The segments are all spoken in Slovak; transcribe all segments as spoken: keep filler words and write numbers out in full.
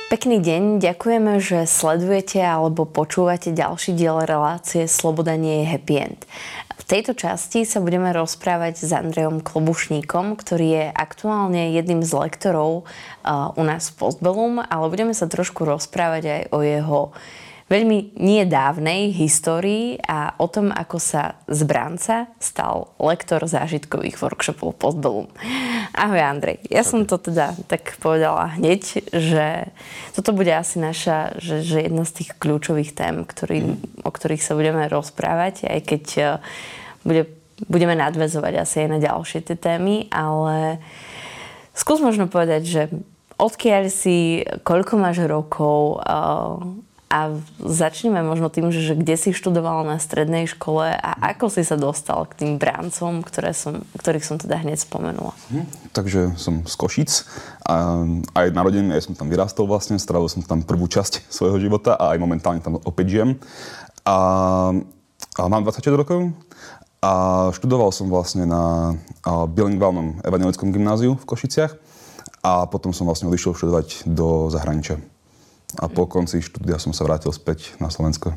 Pekný deň, ďakujeme, že sledujete alebo počúvate ďalší diel relácie Sloboda nie je happy end. V tejto časti sa budeme rozprávať s Andrejom Klobušníkom, ktorý je aktuálne jedným z lektorov uh, u nás v Postbellum, ale budeme sa trošku rozprávať aj o jeho veľmi nedávnej histórii a o tom, ako sa z branca stal lektor zážitkových workshopov Postbellum. Ahoj Andrej, ja som to teda tak povedala hneď, že toto bude asi naša, že, že jedna z tých kľúčových tém, ktorý, mm. o ktorých sa budeme rozprávať, aj keď bude, budeme nadväzovať asi aj na ďalšie tie témy, ale skús možno povedať, že odkiaľ si, koľko máš rokov, a začneme možno tým, že, že kde si študoval na strednej škole a ako si sa dostal k tým brancom, ktoré som, ktorých som teda hneď spomenula. Hm, takže som z Košíc a aj narodený, aj som tam vyrástol vlastne, strávil som tam prvú časť svojho života a aj momentálne tam opäť žijem. A, a mám dvadsaťšesť rokov a študoval som vlastne na bilingválnom evanjelickom gymnáziu v Košiciach a potom som vlastne odišiel študovať do zahraničia. A po konci štúdia som sa vrátil späť na Slovensko.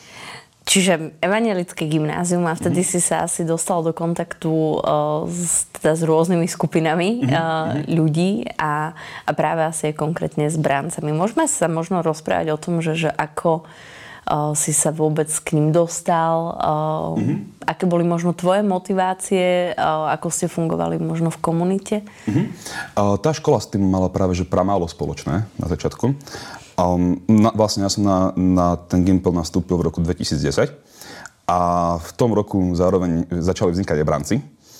Čiže evanjelické gymnázium a vtedy mm-hmm. si sa asi dostal do kontaktu uh, s, teda s rôznymi skupinami mm-hmm. uh, ľudí a, a práve asi aj konkrétne s brancami. Môžeme sa možno rozprávať o tom, že, že ako uh, si sa vôbec k ním dostal, uh, mm-hmm. aké boli možno tvoje motivácie, uh, ako ste fungovali možno v komunite? Mm-hmm. Uh, tá škola s tým mala práve že pramálo spoločné na začiatku. Um, na, vlastne ja som na, na ten Gimpel nastúpil v roku dvetisícdesať a v tom roku zároveň začali vznikať aj branci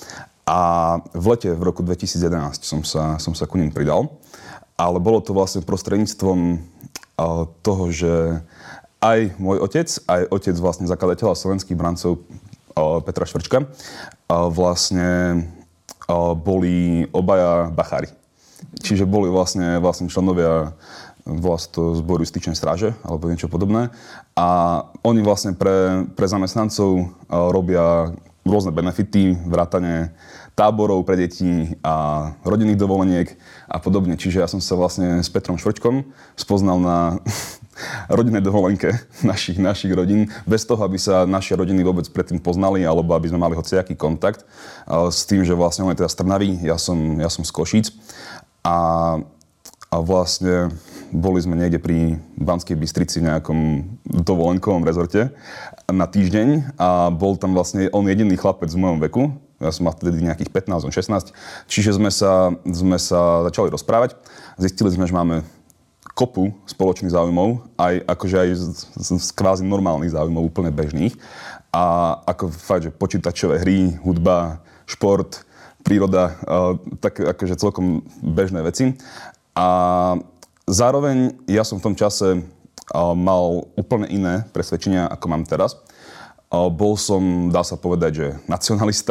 a v lete v roku dvetisícjedenásť som sa, som sa ku nim pridal, ale bolo to vlastne prostredníctvom uh, toho, že aj môj otec, aj otec vlastne zakladateľa slovenských brancov uh, Petra Švrčka uh, vlastne uh, boli obaja bachári. Čiže boli vlastne, vlastne členovia volá sa to zboru styčnej stráže, alebo niečo podobné. A oni vlastne pre, pre zamestnancov robia rôzne benefity, vrátane táborov pre deti a rodinných dovoleniek a podobne. Čiže ja som sa vlastne s Petrom Švrčkom spoznal na rodinnej dovolenke našich, našich rodín, bez toho, aby sa naše rodiny vôbec predtým poznali, alebo aby sme mali hociaký kontakt. S tým, že vlastne on je teda z Trnavy, ja som, ja som z Košíc. A, a vlastne boli sme niekde pri Banskej Bystrici v nejakom dovolenkovom rezorte na týždeň a bol tam vlastne on jediný chlapec v mojom veku. Ja som mal vtedy nejakých pätnásť, on šestnásť. Čiže sme sa, sme sa začali rozprávať. Zistili sme, že máme kopu spoločných záujmov, aj akože aj z, z, z kvázi normálnych záujmov, úplne bežných. A ako fakt, že počítačové hry, hudba, šport, príroda, uh, tak akože celkom bežné veci. A zároveň ja som v tom čase uh, mal úplne iné presvedčenia, ako mám teraz. Uh, bol som, dá sa povedať, že nacionalista,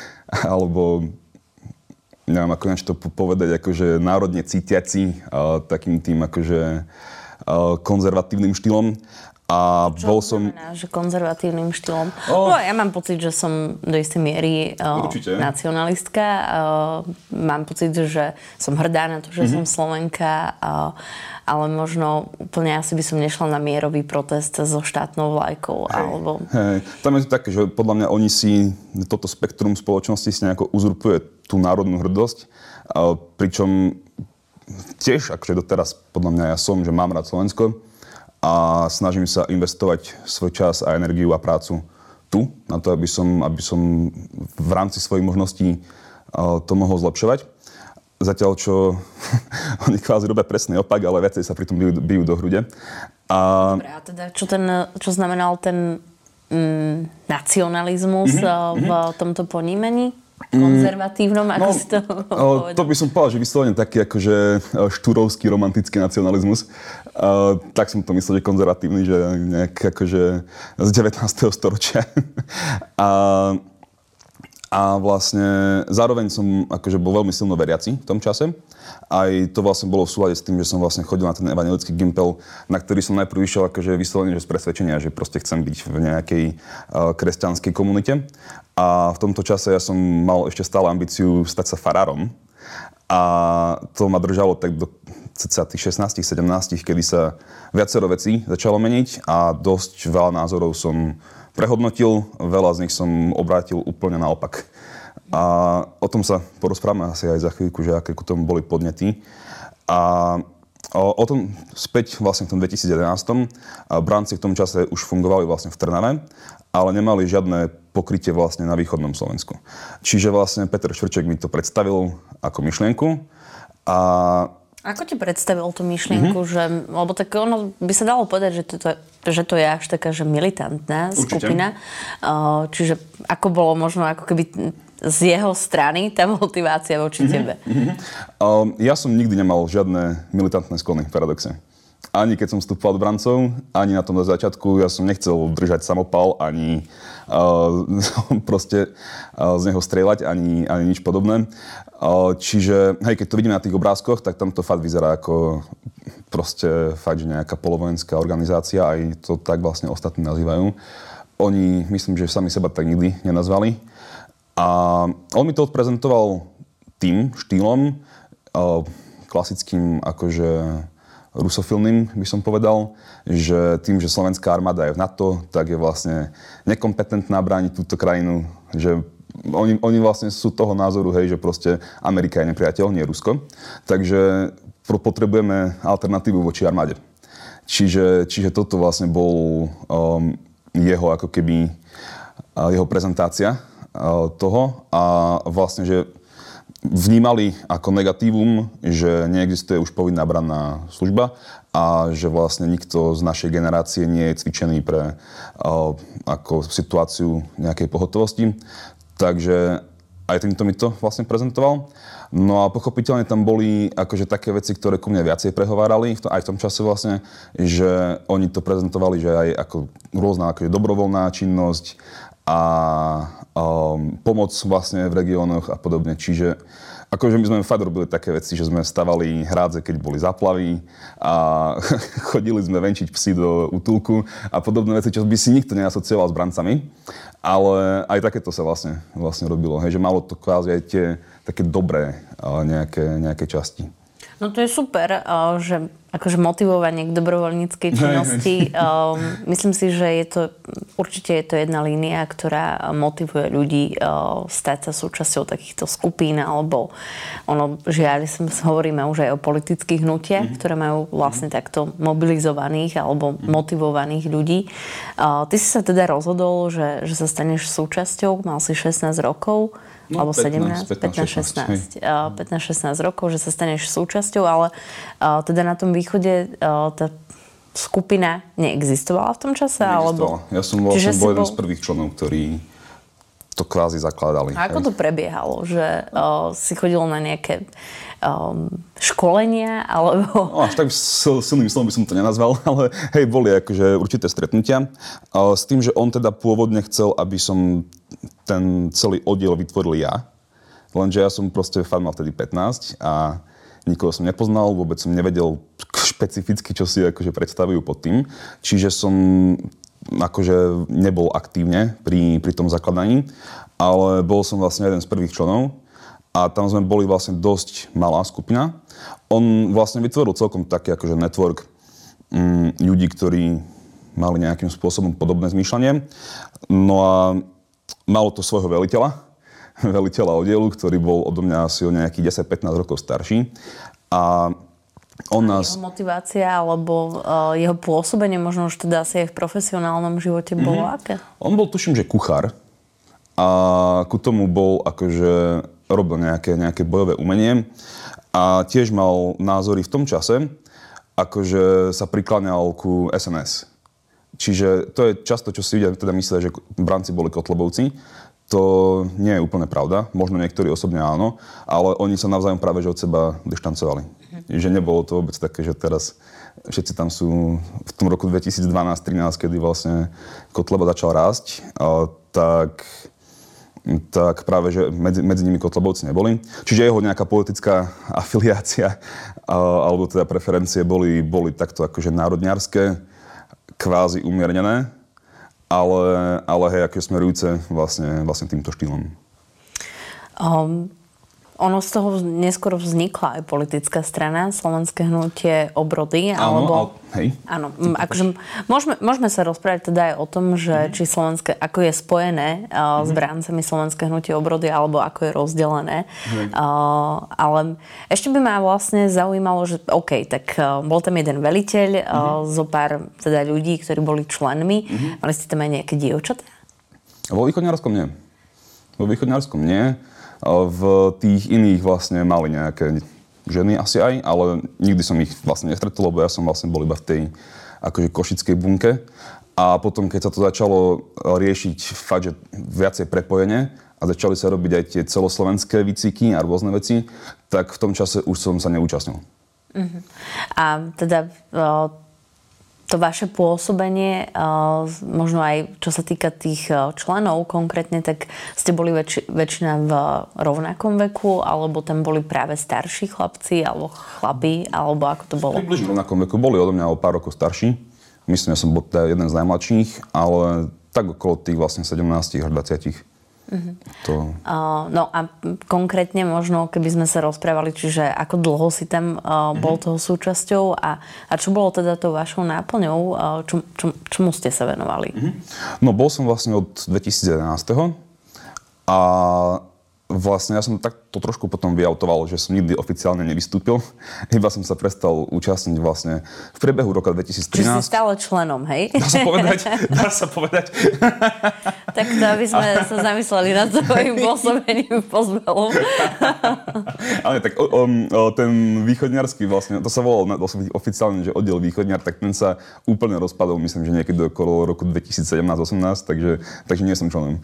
alebo neviem, ako niečo to povedať, akože národne cítiaci, uh, takým tým akože uh, konzervatívnym štýlom. A čo bol som... znamená, že konzervatívnym štýlom? Oh. No, ja mám pocit, že som do istej miery uh, nacionalistka. Uh, mám pocit, že som hrdá na to, že mm-hmm. som Slovenka, uh, ale možno úplne asi by som nešla na mierový protest so štátnou vlajkou. Hej, alebo... hej. Tam je to také, že podľa mňa oni si, toto spektrum spoločnosti si nejako uzurpuje tú národnú hrdosť, uh, pričom tiež, akože doteraz podľa mňa ja som, že mám rád Slovensko, a snažím sa investovať svoj čas a energiu a prácu tu, na to, aby som, aby som v rámci svojich možností to mohol zlepšovať. Zatiaľ, čo oni kvázi robia presný opak, ale viacej sa pri tom bijú, bijú do hrude. A... Dobre, a teda čo, ten, čo znamenal ten mm, nacionalizmus mm-hmm, v mm-hmm. tomto ponímení? Konzervatívnom, ako no, si to povedal? To by som povedal, že vyslovene taký akože štúrovský romantický nacionalizmus. Uh, tak som to myslel, že konzervatívny, že nejak akože z devätnásteho storočia. a, a vlastne zároveň som akože bol veľmi silno veriaci v tom čase. Aj to vlastne bolo v súlade s tým, že som vlastne chodil na ten evanjelický Gimpel, na ktorý som najprv išiel akože vyslovene že z presvedčenia, že proste chcem byť v nejakej uh, kresťanskej komunite. A v tomto čase ja som mal ešte stále ambíciu stať sa farárom. A to ma držalo tak do cca tých šestnásť sedemnásť, kedy sa viacero vecí začalo meniť a dosť veľa názorov som prehodnotil, veľa z nich som obrátil úplne naopak. A o tom sa porozprávame asi aj za chvíľku, že aké k tomu boli podnety. A o, o tom späť vlastne v tom dvetisíc jedenásť. Bránci v tom čase už fungovali vlastne v Trnave, ale nemali žiadne pokrytie vlastne na východnom Slovensku. Čiže vlastne Peter Švrček mi to predstavil ako myšlienku. A ako ti predstavil tú myšlienku, mm-hmm. že, lebo tak ono by sa dalo povedať, že to, že to je až taká, že militantná Určite. skupina. Čiže ako bolo možno ako keby z jeho strany tá motivácia voči mm-hmm. tebe? Mm-hmm. Um, ja som nikdy nemal žiadne militantné sklony, paradoxe. Ani keď som vstupoval do brancov, ani na tom začiatku. Ja som nechcel držať samopal, ani uh, proste uh, z neho strieľať, ani, ani nič podobné. Uh, čiže, hej, keď to vidíme na tých obrázkoch, tak tam to fakt vyzerá ako proste fakt, že nejaká polovojenská organizácia, aj to tak vlastne ostatní nazývajú. Oni, myslím, že sami seba tak nikdy nenazvali. A on mi to odprezentoval tým štýlom, uh, klasickým akože rusofilným by som povedal, že tým, že slovenská armáda je v NATO, tak je vlastne nekompetentná brániť túto krajinu, že oni, oni vlastne sú toho názoru, hej, že proste Amerika je nepriateľ, nie Rusko. Takže potrebujeme alternatívu voči armáde. Čiže, čiže toto vlastne bol um, jeho ako keby uh, jeho prezentácia uh, toho a vlastne, že vnímali ako negatívum, že neexistuje už povinná branná služba a že vlastne nikto z našej generácie nie je cvičený pre uh, ako situáciu nejakej pohotovosti. Takže aj týmto mi to vlastne prezentoval. No a pochopiteľne tam boli akože také veci, ktoré ku mne viacej prehovárali, aj v tom čase vlastne, že oni to prezentovali, že aj ako rôzna akože dobrovoľná činnosť a um, pomoc vlastne v regiónoch a podobne. Čiže akože my sme fakt robili také veci, že sme stavali hrádze, keď boli záplavy a chodili sme venčiť psy do útulku a podobné veci, čo by si nikto neasocioval s brancami. Ale aj takéto sa vlastne, vlastne robilo. Hej, že malo to kvázi aj tie také dobré nejaké, nejaké časti. No to je super, že akože motivovanie k dobrovoľníckej činnosti. Myslím si, že je to, určite je to jedna línia, ktorá motivuje ľudí stať sa súčasťou takýchto skupín, alebo ono, žiaľ, hovoríme už aj o politických hnutiach, mm-hmm. ktoré majú vlastne takto mobilizovaných alebo mm-hmm. motivovaných ľudí. Ty si sa teda rozhodol, že, že sa staneš súčasťou, mal si šestnásť rokov, No, alebo sedemnásť, pätnásť, šestnásť, pätnásť, šestnásť rokov, že sa staneš súčasťou, ale uh, teda na tom východe uh, tá skupina neexistovala v tom čase? Neexistovala. Alebo... Ja som bol, som bol jeden bol... z prvých členov, ktorí to kvázi zakladali. A ako to prebiehalo? Že uh, si chodil na nejaké um, školenia, alebo... No, až tak silným slovom by som to nenazval, ale hej, boli akože určité stretnutia. Uh, s tým, že on teda pôvodne chcel, aby som ten celý oddiel vytvoril ja. Lenže ja som proste fakt mal vtedy pätnásť a nikoho som nepoznal, vôbec som nevedel špecificky, čo si akože predstavujú pod tým. Čiže som akože nebol aktívne pri, pri tom zakladaní, ale bol som vlastne jeden z prvých členov a tam sme boli vlastne dosť malá skupina. On vlastne vytvoril celkom taký akože network um, ľudí, ktorí mali nejakým spôsobom podobné zmýšľanie. No a malo to svojho veliteľa, veliteľa oddielu, ktorý bol odo mňa asi o nejakých desať pätnásť rokov starší. A on a nás... jeho motivácia alebo uh, jeho pôsobenie možno už teda asi aj v profesionálnom živote bolo mm-hmm. aké? On bol, tuším, že kuchár. A ku tomu bol akože robil nejaké, nejaké bojové umenie. A tiež mal názory v tom čase, akože sa prikláňal ku es en es. Čiže to je často, čo si ľudia teda myslia, že branci boli kotlebovci. To nie je úplne pravda. Možno niektorí osobne áno, ale oni sa navzájom práve že od seba dištancovali. Mm-hmm. Že nebolo to vôbec také, že teraz všetci tam sú v tom roku dvetisícdvanásť trinásť, kedy vlastne Kotleba začal rásť, tak, tak práve že medzi, medzi nimi kotlebovci neboli. Čiže jeho nejaká politická afiliácia alebo teda preferencie boli, boli takto akože národňarské, kvázi umiernené, ale, ale hej, aké smerujúce vlastne, vlastne týmto štýlom. Um, ono z toho neskôr vznikla aj politická strana, Slovenské hnutie Obrody, alebo... Áno, hej. Áno, akože môžeme, môžeme sa rozprávať teda aj o tom, že mm. či Slovenské, ako je spojené uh, mm. s bráncami Slovenské hnutie Obrody, alebo ako je rozdelené. Mm. Uh, ale ešte by ma vlastne zaujímalo, že OK, tak uh, bol tam jeden veliteľ, mm. uh, zo pár teda ľudí, ktorí boli členmi. Mm. Mali ste tam aj nejaké dievčatá? Vo východňarskom nie. Vo východňarskom nie. V tých iných vlastne mali nejaké ženy asi aj, ale nikdy som ich vlastne nestretol, lebo ja som vlastne bol iba v tej akože košickej bunke. A potom, keď sa to začalo riešiť fakt, že viacej prepojenie a začali sa robiť aj tie celoslovenské výcviky a rôzne veci, tak v tom čase už som sa neúčastnil. Uh-huh. A teda... Uh... to vaše pôsobenie, možno aj čo sa týka tých členov konkrétne, tak ste boli väč- väčšina v rovnakom veku, alebo tam boli práve starší chlapci, alebo chlapi, alebo ako to bolo? Približne v rovnakom veku. Boli odo mňa o pár rokov starší. Myslím, že som bol teda jeden z najmladších, ale tak okolo tých vlastne sedemnásť až dvadsať. Uh-huh. To... Uh, no a konkrétne možno, keby sme sa rozprávali, čiže ako dlho si tam uh, bol uh-huh. toho súčasťou a, a čo bolo teda tou vašou náplňou, uh, čo, čo, čomu ste sa venovali? Uh-huh. No bol som vlastne od dvetisícjedenásť a vlastne ja som takto trošku potom vyautoval, že som nikdy oficiálne nevystúpil. Iba som sa prestal účastniť vlastne v priebehu roka dvetisíctrinásť. Čiže si stále členom, hej? Dá sa povedať, dá sa povedať. Tak to, aby sme sa zamysleli nad svojím pôsobením v Pozbelu. Ale tak o, o, ten východňarský vlastne, to sa volalo oficiálne, že oddiel východňar, tak ten sa úplne rozpadol, myslím, že niekedy okolo roku dvetisícsedemnásť osemnásť, takže, takže nie som členom.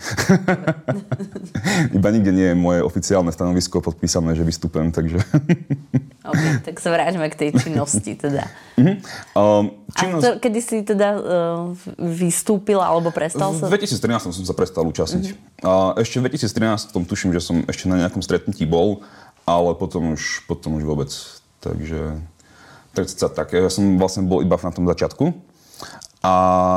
Iba nikde nie je moje oficiálne stanovisko podpísané, že vystúpem, takže... OK, tak sa vráťme k tej činnosti teda. Uh-huh. Um, činnosť... A to, kedy si teda uh, vystúpil alebo prestal sa? V dvetisíctrinásť som sa prestal účastniť. Uh-huh. A ešte v dvetisíctrinásť tuším, že som ešte na nejakom stretnutí bol, ale potom už, potom už vôbec. Takže tak, tak, ja som vlastne bol iba na tom začiatku. A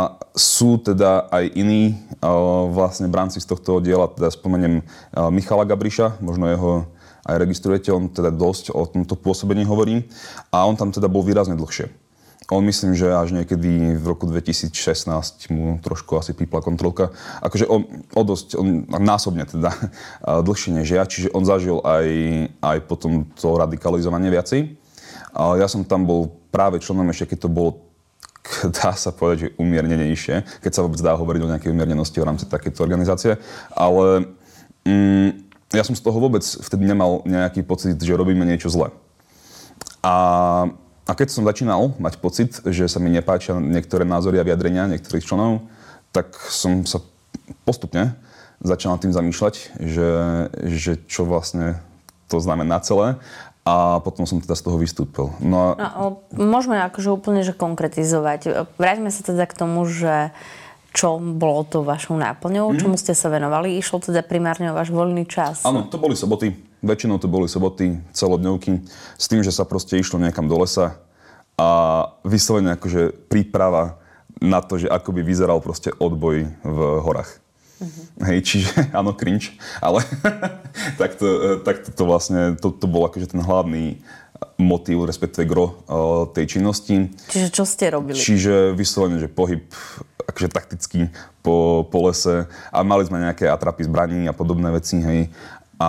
sú teda aj iní uh, vlastne bránci z tohto diela, teda spomeniem uh, Michala Gabriša, možno jeho aj registrujete, on teda dosť o tomto pôsobení hovorí a on tam teda bol výrazne dlhšie. On myslím, že až niekedy v roku dvetisícšestnásť mu trošku asi pípla kontrolka. Akože on o dosť, on násobne teda uh, dlhšie než ja, čiže on zažil aj, aj potom to radikalizovanie viacej. Uh, ja som tam bol práve členom ešte, keď to bolo, dá sa povedať, že umiernenejšie, keď sa vôbec dá hovoriť o nejakej umiernenosti v rámci takéto organizácie, ale mm, ja som z toho vôbec vtedy nemal nejaký pocit, že robíme niečo zle. A, a keď som začínal mať pocit, že sa mi nepáčia niektoré názory a vyjadrenia niektorých členov, tak som sa postupne začal nad tým zamýšľať, že, že čo vlastne to znamená celé. A potom som teda z toho vystúpil. No a... no, môžeme akože úplne že konkretizovať. Vráťme sa teda k tomu, že čo bolo to vašou náplňou, mm. čomu ste sa venovali. Išlo teda primárne o váš voľný čas. Áno, to boli soboty. Väčšinou to boli soboty, celodňovky. S tým, že sa proste išlo niekam do lesa a vyslovene akože príprava na to, že ako by vyzeral proste odboj v horách. Uh-huh. Hej, čiže áno, cringe, ale takto, takto to vlastne, to, to bol akože ten hlavný motív, respektíve gro uh, tej činnosti. Čiže čo ste robili? Čiže vyslovene, že pohyb akože taktický po, po lese a mali sme nejaké atrapy zbraní a podobné veci, hej. A,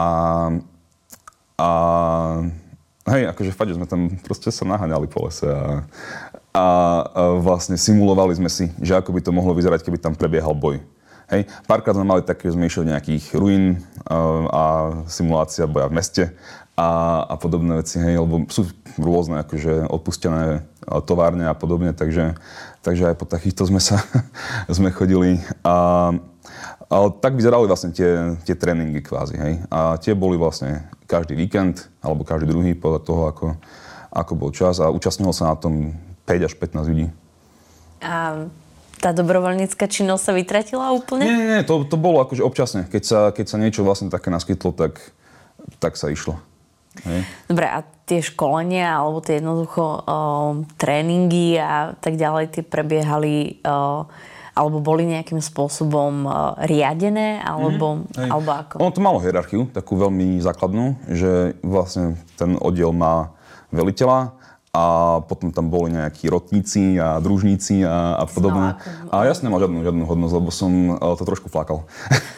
a hej, akože fakt, že sme tam proste sa naháňali po lese a, a, a vlastne simulovali sme si, že ako by to mohlo vyzerať, keby tam prebiehal boj. Hej, párkrát sme mali také, že sme išli do nejakých ruín uh, a simulácia boja v meste a, a podobné veci, hej, lebo sú rôzne akože odpustené uh, továrne a podobne, takže, takže aj po takýchto sme sa sme chodili. A, a tak vyzerali vlastne tie, tie tréningy kvázi, hej. A tie boli vlastne každý víkend, alebo každý druhý, podľa toho, ako, ako bol čas a účastnilo sa na tom päť až pätnásť ľudí. A tá dobrovoľnícka činnosť sa vytratila úplne? Nie, nie, nie, to, to bolo akože občasne. Keď sa, keď sa niečo vlastne také naskytlo, tak, tak sa išlo. Hej. Dobre, a tie školenia, alebo tie jednoducho uh, tréningy a tak ďalej, tie prebiehali uh, alebo boli nejakým spôsobom riadené, alebo, mm, alebo ako? Ono to malo hierarchiu, takú veľmi základnú, že vlastne ten oddiel má veliteľa a potom tam boli nejakí rotníci a družníci a, a podobne. A ja som nemal žiadnu, žiadnu hodnosť, lebo som to trošku flakal.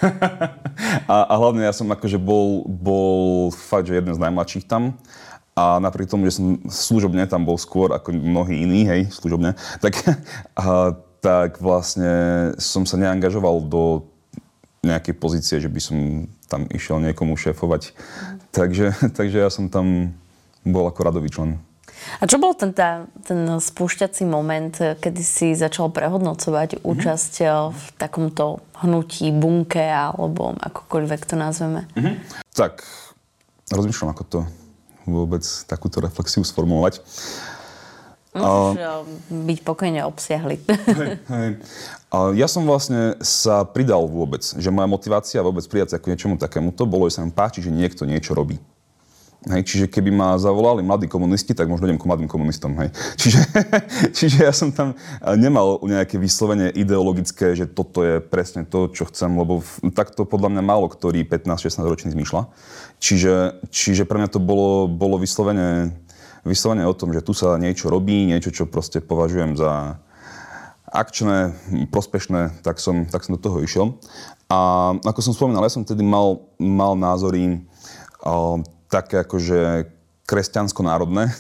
a, a hlavne ja som akože bol, bol fakt, že jeden z najmladších tam. A napriek tomu, že som služobne tam bol skôr ako mnohí iní, hej, služobne, tak, a, tak vlastne som sa neangažoval do nejakej pozície, že by som tam išiel niekomu šéfovať. Mm. Takže, takže ja som tam bol ako radový člen. A čo bol ten, tá, ten spúšťací moment, kedy si začal prehodnocovať mm. účasť v takomto hnutí, bunke, alebo akokoľvek to nazveme? Mm-hmm. Tak, rozmýšľam, ako to vôbec takúto reflexiu sformulovať. Môžeš uh, byť pokojne obsiahli. Hej, hej. Uh, ja som vlastne sa pridal vôbec, že moja motivácia vôbec pridať sa ako niečomu takémuto bolo, že sa mi páči, že niekto niečo robí. Hej, čiže keby ma zavolali mladí komunisti, tak možno idem k mladým komunistom. Hej. Čiže, čiže ja som tam nemal nejaké vyslovene ideologické, že toto je presne to, čo chcem, lebo takto podľa mňa málo ktorý pätnásť šestnásť ročný zmýšľa. Čiže, čiže pre mňa to bolo, bolo vyslovene, vyslovene o tom, že tu sa niečo robí, niečo, čo proste považujem za akčné, prospešné, tak som, tak som do toho išiel. A ako som spomínal, ja som tedy mal, mal názory uh, také akože kresťansko-národné,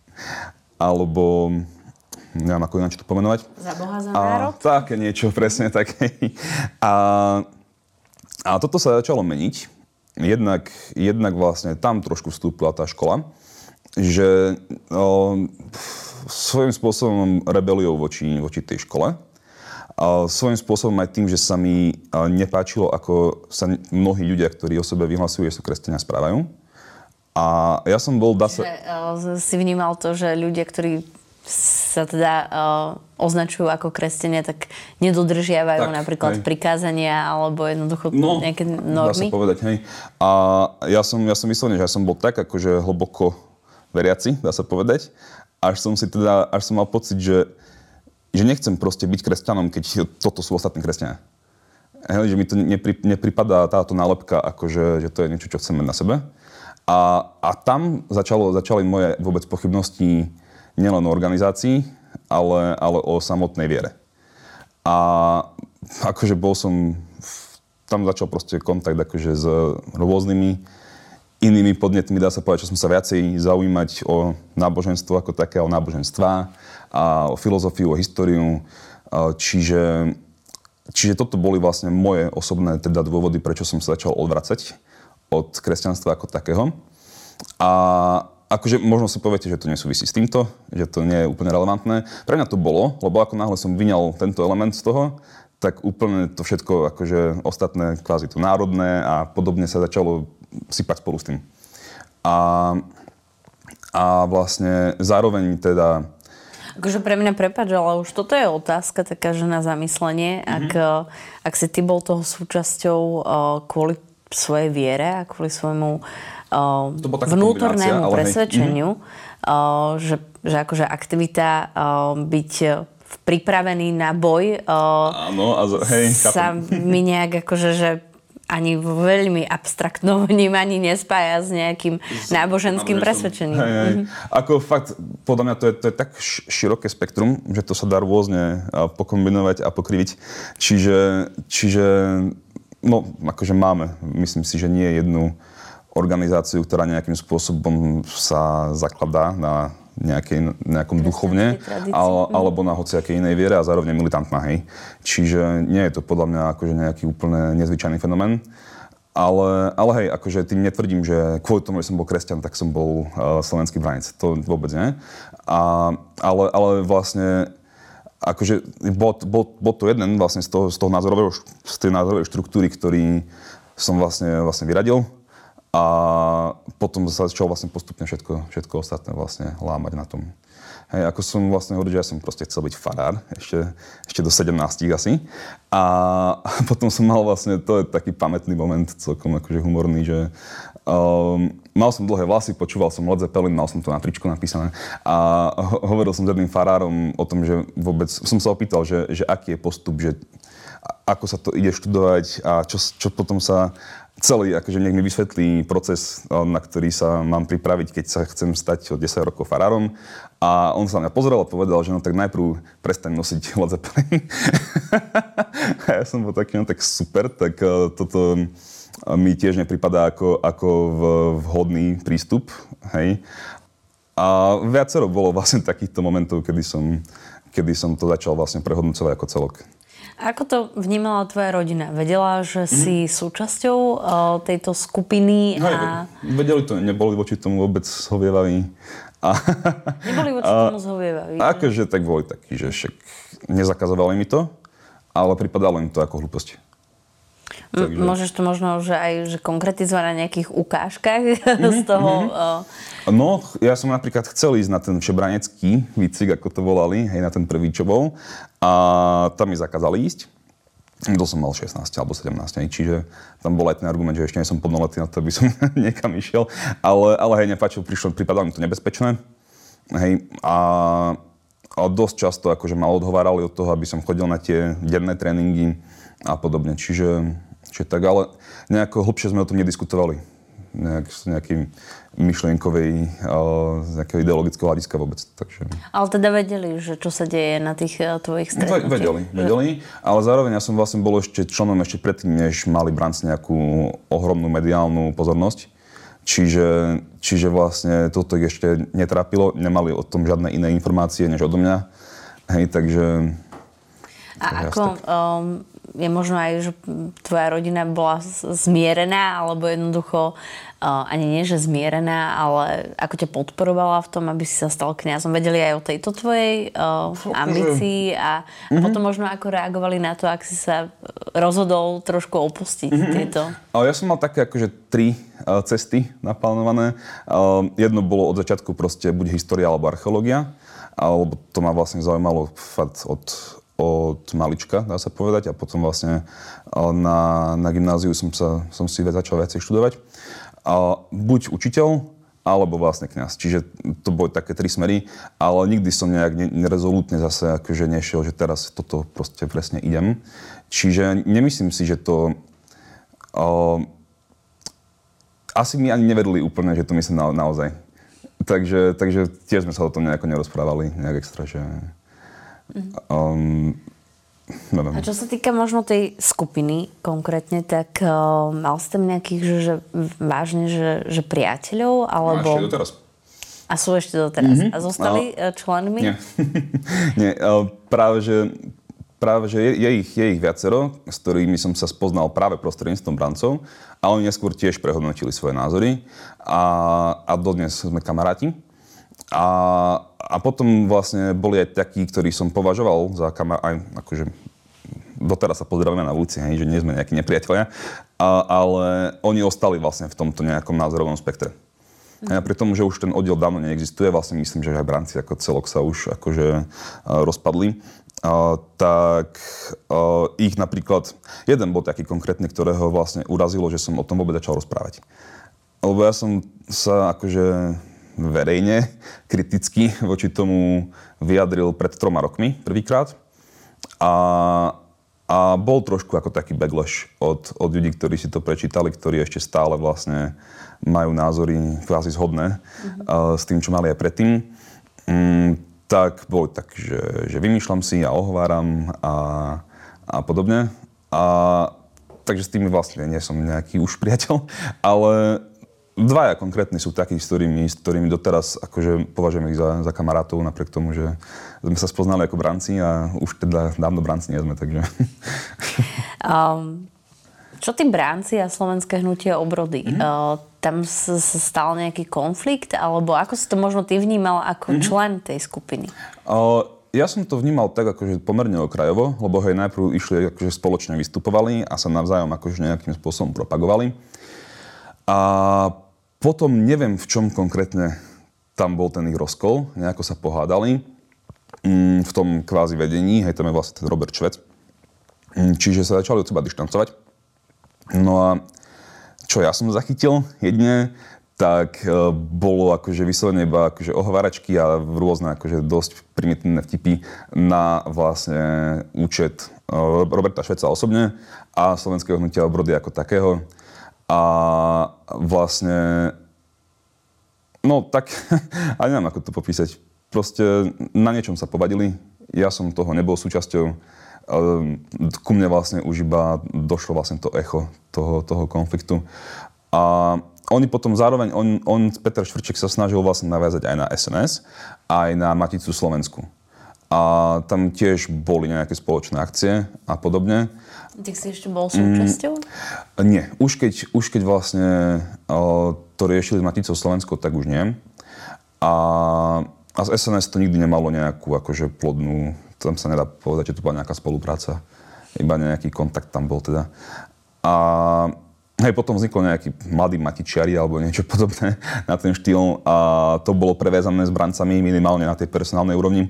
alebo neviem, ako ináč to pomenovať. Za Boha, za národ? A, také niečo, presne také. A, a toto sa začalo meniť. Jednak, jednak vlastne tam trošku vstúpila tá škola, že o, svojím spôsobom rebeliou voči, voči tej škole. A svojím spôsobom aj tým, že sa mi nepáčilo, ako sa mnohí ľudia, ktorí o sebe vyhlasujú, že sú kresťania, správajú. A ja som bol... Dá sa... Že, uh, si vnímal to, že ľudia, ktorí sa teda uh, označujú ako kresťania, tak nedodržiavajú tak, napríklad hej. prikázania alebo jednoducho no, nejaké normy? Dá sa povedať, hej. A ja som, ja som myslel, že ja som bol tak akože hlboko veriaci, dá sa povedať, až som si teda, až som mal pocit, že, že nechcem proste byť kresťanom, keď toto sú ostatní kresťania. Hej, že mi to nepri, nepripadá táto nálepka, akože, že to je niečo, čo chcem mať na sebe. A, a tam začalo, začali moje vôbec pochybnosti nielen o organizácii, ale, ale o samotnej viere. A akože bol som, tam začal proste kontakt akože s rôznymi inými podnetmi, dá sa povedať, čo som sa viacej zaujímať o náboženstvo ako také, o náboženstvá a o filozofiu, o históriu. Čiže, čiže toto boli vlastne moje osobné teda dôvody, prečo som sa začal odvracať od kresťanstva ako takého. A akože možno si poviete, že to nesúvisí s týmto, že to nie je úplne relevantné. Pre mňa to bolo, lebo ako náhle som vyňal tento element z toho, tak úplne to všetko akože ostatné, kvázi to národné a podobne sa začalo sypať spolu s tým. A, a vlastne zároveň teda... Akože pre mňa, prepáč, ale už toto je otázka taká, že na zamyslenie. Mm-hmm. Ak, ak si ty bol toho súčasťou kvôli svojej viere a kvôli svojmu uh, vnútornému presvedčeniu, mm-hmm. uh, že, že akože aktivita uh, byť pripravený na boj uh, Áno, a z, hej, sa mi nejak akože, že ani veľmi abstraktnom vnímaní nespája s nejakým s, náboženským presvedčením. Hej, hej. Mm-hmm. Ako fakt, podľa mňa to je, to je tak široké spektrum, že to sa dá rôzne pokombinovať a pokriviť. Čiže, čiže no, akože máme, myslím si, že nie jednu organizáciu, ktorá nejakým spôsobom sa zakladá na nejakej, nejakom duchovne, ale, alebo na hociakej inej viere a zároveň militantná, hej. Čiže nie je to podľa mňa akože nejaký úplne nezvyčajný fenomén. Ale, ale hej, akože tým netvrdím, že kvôli tomu, že som bol kresťan, tak som bol uh, slovenský branec. To vôbec nie. A, ale, ale vlastne akože bol, bol, bol to jeden vlastne z toho, z toho názorového, z tej názorovej štruktúry, ktorý som vlastne, vlastne vyradil. A potom sa začalo vlastne postupne všetko, všetko ostatné vlastne lámať na tom. Hej, ako som vlastne hovoril, že ja som proste chcel byť farár, ešte, ešte do sedemnástich asi. A, a potom som mal vlastne, to je taký pamätný moment, celkom akože humorný, že um, mal som dlhé vlasy, počúval som Led Zeppelin, mal som to na tričku napísané a ho- hovoril som s jedným farárom o tom, že vôbec, som sa opýtal, že, že aký je postup, že ako sa to ide študovať a čo, čo potom sa celý, akože nech mi vysvetlí proces, na ktorý sa mám pripraviť, keď sa chcem stať o desať rokov farárom. A on sa na mňa pozrel a povedal, že no tak najprv prestaň nosiť Led Zeppelin. A ja som bol taký, no tak super, tak uh, toto mi tiež nepripadá ako, ako vhodný prístup. Hej. A viacero bolo vlastne takýchto momentov, kedy som, kedy som to začal vlastne prehodnocovať ako celok. Ako to vnímala tvoja rodina? Vedela, že si mm. súčasťou uh, tejto skupiny? No, a... vedeli to, neboli voči tomu vôbec zhovievaví. A... Neboli voči tomu zhovievaví? Akože tak boli takí, že však nezakazovali mi to, ale pripadalo im to ako hlúposť. M- Takže... Môžeš to možno že aj že konkretizovať na nejakých ukážkach mm-hmm, z toho? Mm-hmm. Uh... No, ja som napríklad chcel ísť na ten všebranecký výcvik, ako to volali, hej, na ten prvý, čo bol. A tam mi zakázali ísť. To som mal šestnásť alebo sedemnásť, hej, čiže tam bol aj ten argument, že ešte nie som plnoletý na to, aby som niekam išiel. Ale, ale hej, nepáčilo, prišlo, pripadalo mi to nebezpečné. Hej, a, a dosť často akože ma odhovárali od toho, aby som chodil na tie denné tréningy a podobne. Čiže, čiže tak, ale nejako hlbšie sme o tom nediskutovali. Nejak, z nejakej myšlienkovej, z nejakého ideologického hľadiska vôbec. Takže... Ale teda vedeli, že čo sa deje na tých tvojich stretnutiach? Vedeli, vedeli, ale zároveň ja som vlastne bol ešte členom ešte predtým, než mali branci nejakú ohromnú mediálnu pozornosť. Čiže, čiže vlastne toto ich ešte netrápilo, nemali o tom žiadne iné informácie než odo mňa. Hej, takže... A ako um, je možno aj, že tvoja rodina bola zmierená, alebo jednoducho uh, ani nie, že zmierená, ale ako ťa podporovala v tom, aby si sa stal kňazom? Vedeli aj o tejto tvojej uh, ambícii a, mm-hmm. a potom možno ako reagovali na to, ak si sa rozhodol trošku opustiť mm-hmm. tieto? Ja som mal také akože tri uh, cesty naplánované. Uh, jedno bolo od začiatku proste buď história alebo archeológia, alebo to ma vlastne zaujímalo fakt od od malička, dá sa povedať, a potom vlastne na, na gymnáziu som, sa, som si začal viacej študovať. A buď učiteľ, alebo vlastne kňaz. Čiže to boli také tri smery, ale nikdy som nejak nerezolútne zase akože nešiel, že teraz toto proste presne idem. Čiže nemyslím si, že to... Uh, asi mi ani nevedli úplne, že to myslím na, naozaj. Takže, takže tiež sme sa o tom nejako nerozprávali, nejak extra, že... Um, a čo sa týka možno tej skupiny konkrétne, tak uh, mal si tam nejakých, že, že vážne, že, že priateľov, alebo... A ešte doteraz. A sú ešte doteraz. Mm-hmm. A zostali no, členmi? Nie. nie uh, práve, že, práve, že je, je, ich, je ich viacero, s ktorými som sa spoznal práve prostredníctvom brancov, a oni neskôr tiež prehodnotili svoje názory a, a dodnes sme kamaráti. A, a potom vlastne boli aj takí, ktorí som považoval za kamarátov, akože doteraz sa pozdravíme na ulici, hej, že nie sme nejakí nepriatelia, a, ale oni ostali vlastne v tomto nejakom názorovom spektre. A pri tomu, že už ten oddiel dávno neexistuje, vlastne myslím, že aj branci ako celok sa už akože rozpadli, a, tak a, ich napríklad, jeden bol taký konkrétny, ktorého vlastne urazilo, že som o tom vôbec začal rozprávať. Lebo ja som sa akože verejne, kriticky voči tomu vyjadril pred troma rokmi prvýkrát. A, a bol trošku ako taký backlash od, od ľudí, ktorí si to prečítali, ktorí ešte stále vlastne majú názory kvázi zhodné mm-hmm. uh, s tým, čo mali aj predtým. Um, tak bol tak, že, že vymýšľam si a ohováram a, a podobne. A, takže s tými vlastne nie som nejaký už priateľ, ale dvaja konkrétni sú takí, s ktorými, s ktorými doteraz akože považujem ich za, za kamarátov, napriek tomu, že sme sa spoznali ako branci a už teda dávno branci nie sme, takže... Um, čo tí branci a Slovenské hnutie Obrody? Mm-hmm. Uh, tam sa stal nejaký konflikt? Alebo ako si to možno ty vnímal ako mm-hmm. člen tej skupiny? Uh, ja som to vnímal tak akože pomerne okrajovo, lebo hej, najprv išli akože spoločne vystupovali a sa navzájom akože nejakým spôsobom propagovali. A potom neviem, v čom konkrétne tam bol ten ich rozkol, nejako sa pohádali mm, v tom kvázi vedení, hej, tam je vlastne ten Robert Švec. Mm, čiže sa začali od seba dištancovať. No a čo ja som zachytil jedine, tak e, bolo akože vyslovene iba akože ohováračky a rôzne akože dosť primitívne vtipy na vlastne účet e, Roberta Šveca osobne a Slovenského hnutia obrody ako takého. A vlastne, no tak, a neviem ako to popísať. Proste na niečom sa povadili, ja som toho nebol súčasťou. Ku mne vlastne už iba došlo vlastne to echo toho, toho konfliktu. A oni potom zároveň, on, on, Peter Švrček sa snažil vlastne naviazať aj na es en es, aj na Maticu Slovensku. A tam tiež boli nejaké spoločné akcie a podobne. Ty si ešte bol súčasťou? Mm, nie. Už keď, už keď vlastne uh, to riešili s Maticou Slovenskou, tak už nie. A, a z es en es to nikdy nemalo nejakú akože plodnú, tam sa nedá povedať, že to bola nejaká spolupráca. Iba nejaký kontakt tam bol teda. A hej, potom vzniklo nejaký mladý matičiari alebo niečo podobné na ten štýl a to bolo previazané s brancami minimálne na tej personálnej úrovni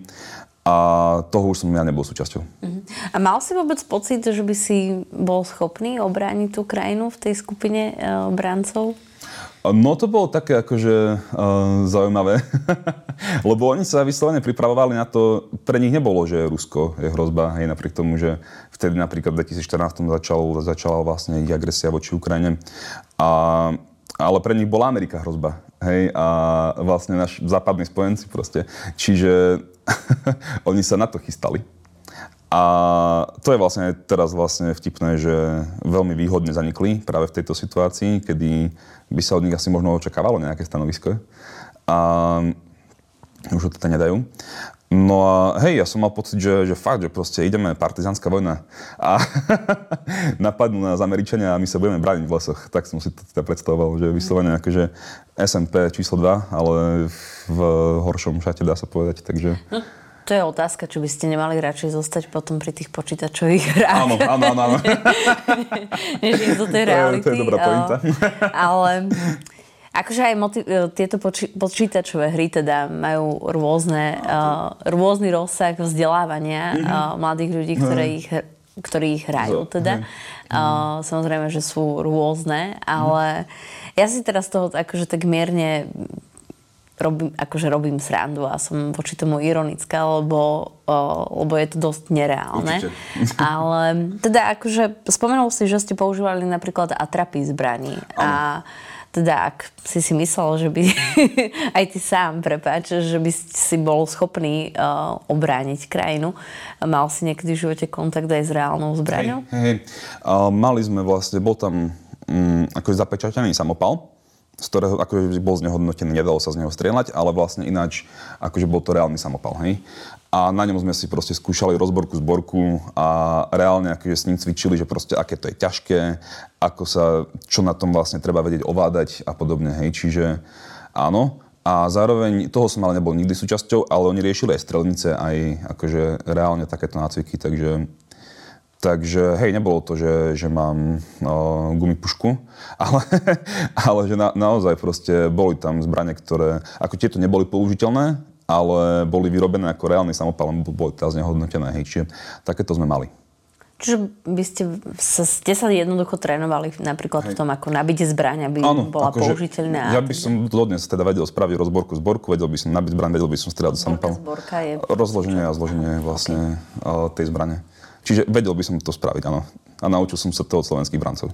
a toho už som ja nebol súčasťou. Uh-huh. A mal si vôbec pocit, že by si bol schopný obrániť tú krajinu v tej skupine uh, brancov? No to bolo také akože uh, zaujímavé, lebo oni sa vyslovene pripravovali na to, pre nich nebolo, že Rusko je hrozba, hej, napriek tomu, že vtedy napríklad v dvetisícštrnásť začal, začala vlastne ich agresia voči Ukrajine, a, ale pre nich bola Amerika hrozba, hej, a vlastne naši západní spojenci proste, čiže oni sa na to chystali. A to je vlastne teraz vlastne vtipné, že veľmi výhodne zanikli práve v tejto situácii, kedy by sa od nich asi možno očakávalo nejaké stanovisko. A už ho teda nedajú. No a hej, ja som mal pocit, že, že fakt, že proste ideme, partizánska vojna a napadnú nás Američania a my sa budeme brániť v lesoch. Tak som si to teda predstavoval, že vyslovene akože es en pé číslo dva, ale v horšom šate dá sa povedať, takže... No. To je otázka, či by ste nemali radšej zostať potom pri tých počítačových hrách. Áno, áno, áno. áno. Než ísť do tej reality. To je dobrá pointa. Ale akože aj motiv- tieto poči- počítačové hry teda majú rôzne, uh, rôzny rozsah vzdelávania mm-hmm. uh, mladých ľudí, ktoré mm. ich, ktorí ich hrajú teda. Uh, samozrejme, že sú rôzne, ale mm. ja si teraz toho akože tak mierne... Robím, akože robím srandu a som voči tomu ironická, lebo, uh, lebo je to dosť nereálne. Ale teda akože spomenul si, že ste používali napríklad atrapy zbraní. A teda ak si si myslel, že by aj ty sám, prepáč, že by si bol schopný uh, obrániť krajinu, mal si niekedy v živote kontakt aj s reálnou zbraňou? Hej, hej. Uh, mali sme vlastne, bol tam um, akože zapečatený samopal, z ktorého akože bol znehodnotený, nedalo sa z neho strieľať, ale vlastne ináč akože bol to reálny samopal, hej. A na ňom sme si proste skúšali rozborku, zborku a reálne akože s ním cvičili, že proste aké to je ťažké, ako sa, čo na tom vlastne treba vedieť ovládať a podobne, hej. Čiže áno. A zároveň, toho som ale nebol nikdy súčasťou, ale oni riešili aj strelnice, aj akože reálne takéto nácviky, takže... Takže hej, nebolo to, že, že mám no, gumipušku, ale, ale že na, naozaj proste boli tam zbrane, ktoré, ako tieto neboli použiteľné, ale boli vyrobené ako reálny samopal, boli teraz nehodnotené, hej, čiže takéto sme mali. Čiže by ste sa, ste sa jednoducho trénovali napríklad hej. v tom, ako nabiť zbraň, aby ano, bola akože použiteľná? Ja by som dodnes teda vedel spraviť rozborku, zborku, vedel by som nabiť zbraň, vedel by som strieľať do samopalu. Zborka je... Rozloženie a zloženie vlastne okay. tej zbrane. Čiže vedel by som to spraviť, áno. A naučil som sa to od slovenských brancov.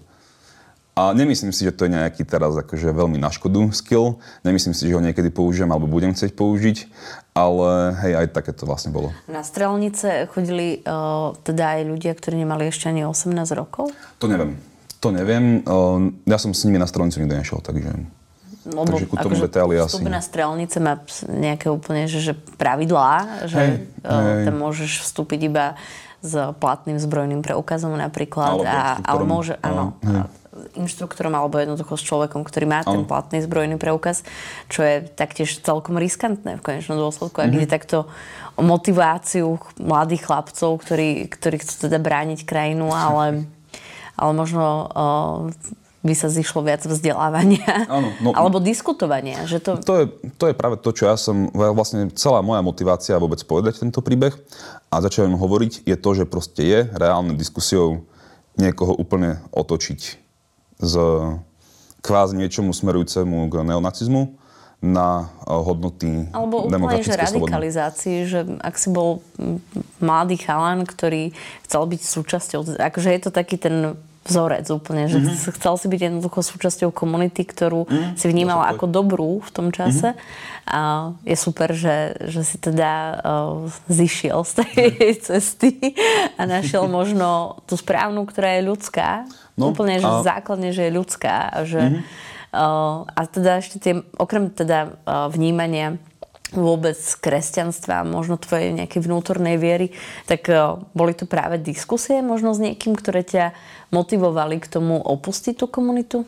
A nemyslím si, že to je nejaký teraz akože veľmi na škodu skill. Nemyslím si, že ho niekedy použijem alebo budem chcieť použiť. Ale hej, aj také to vlastne bolo. Na strelnice chodili uh, teda aj ľudia, ktorí nemali ešte ani osemnásť rokov? To neviem. To neviem. Uh, ja som s nimi na strelnicu nikdy nešiel, takže... Lebo takže ku tomu detaily asi... Vstup na strelnice má nejaké úplne že, že pravidlá, že hej, uh, hej. tam môžeš vstúpiť iba s platným zbrojným preukazom napríklad. A, ale môže, áno, a, inštruktorom alebo jednoducho s človekom, ktorý má ten platný zbrojný preukaz, čo je taktiež celkom riskantné v konečnom dôsledku. Ak mm-hmm. ide takto o motiváciu mladých chlapcov, ktorí, ktorí chcú teda brániť krajinu, ale, ale možno uh, by sa zišlo viac vzdelávania. Áno, no, alebo diskutovania. Že to... To, je, to je práve to, čo ja som, vlastne celá moja motivácia vôbec povedať tento príbeh a začať im hovoriť, je to, že proste je reálne diskusiou niekoho úplne otočiť z kvázi niečomu smerujúcemu k neonacizmu na hodnoty alebo úplne, že radikalizácii, že ak si bol mladý chalan, ktorý chcel byť súčasťou, akože je to taký ten vzorec úplne, že mm-hmm. chcel si byť jednoducho súčasťou komunity, ktorú mm, si vnímala ako dobrú v tom čase. Mm-hmm. A je super, že, že si teda uh, zišiel z tej mm. cesty a našiel možno tú správnu, ktorá je ľudská. No, úplne, že a... základne, že je ľudská. A, že, mm-hmm. uh, a teda ešte tie, okrem teda uh, vnímania vôbec kresťanstva, možno tvojej nejakej vnútornej viery, tak uh, boli to práve diskusie možno s niekým, ktoré ťa motivovali k tomu opustiť tú komunitu?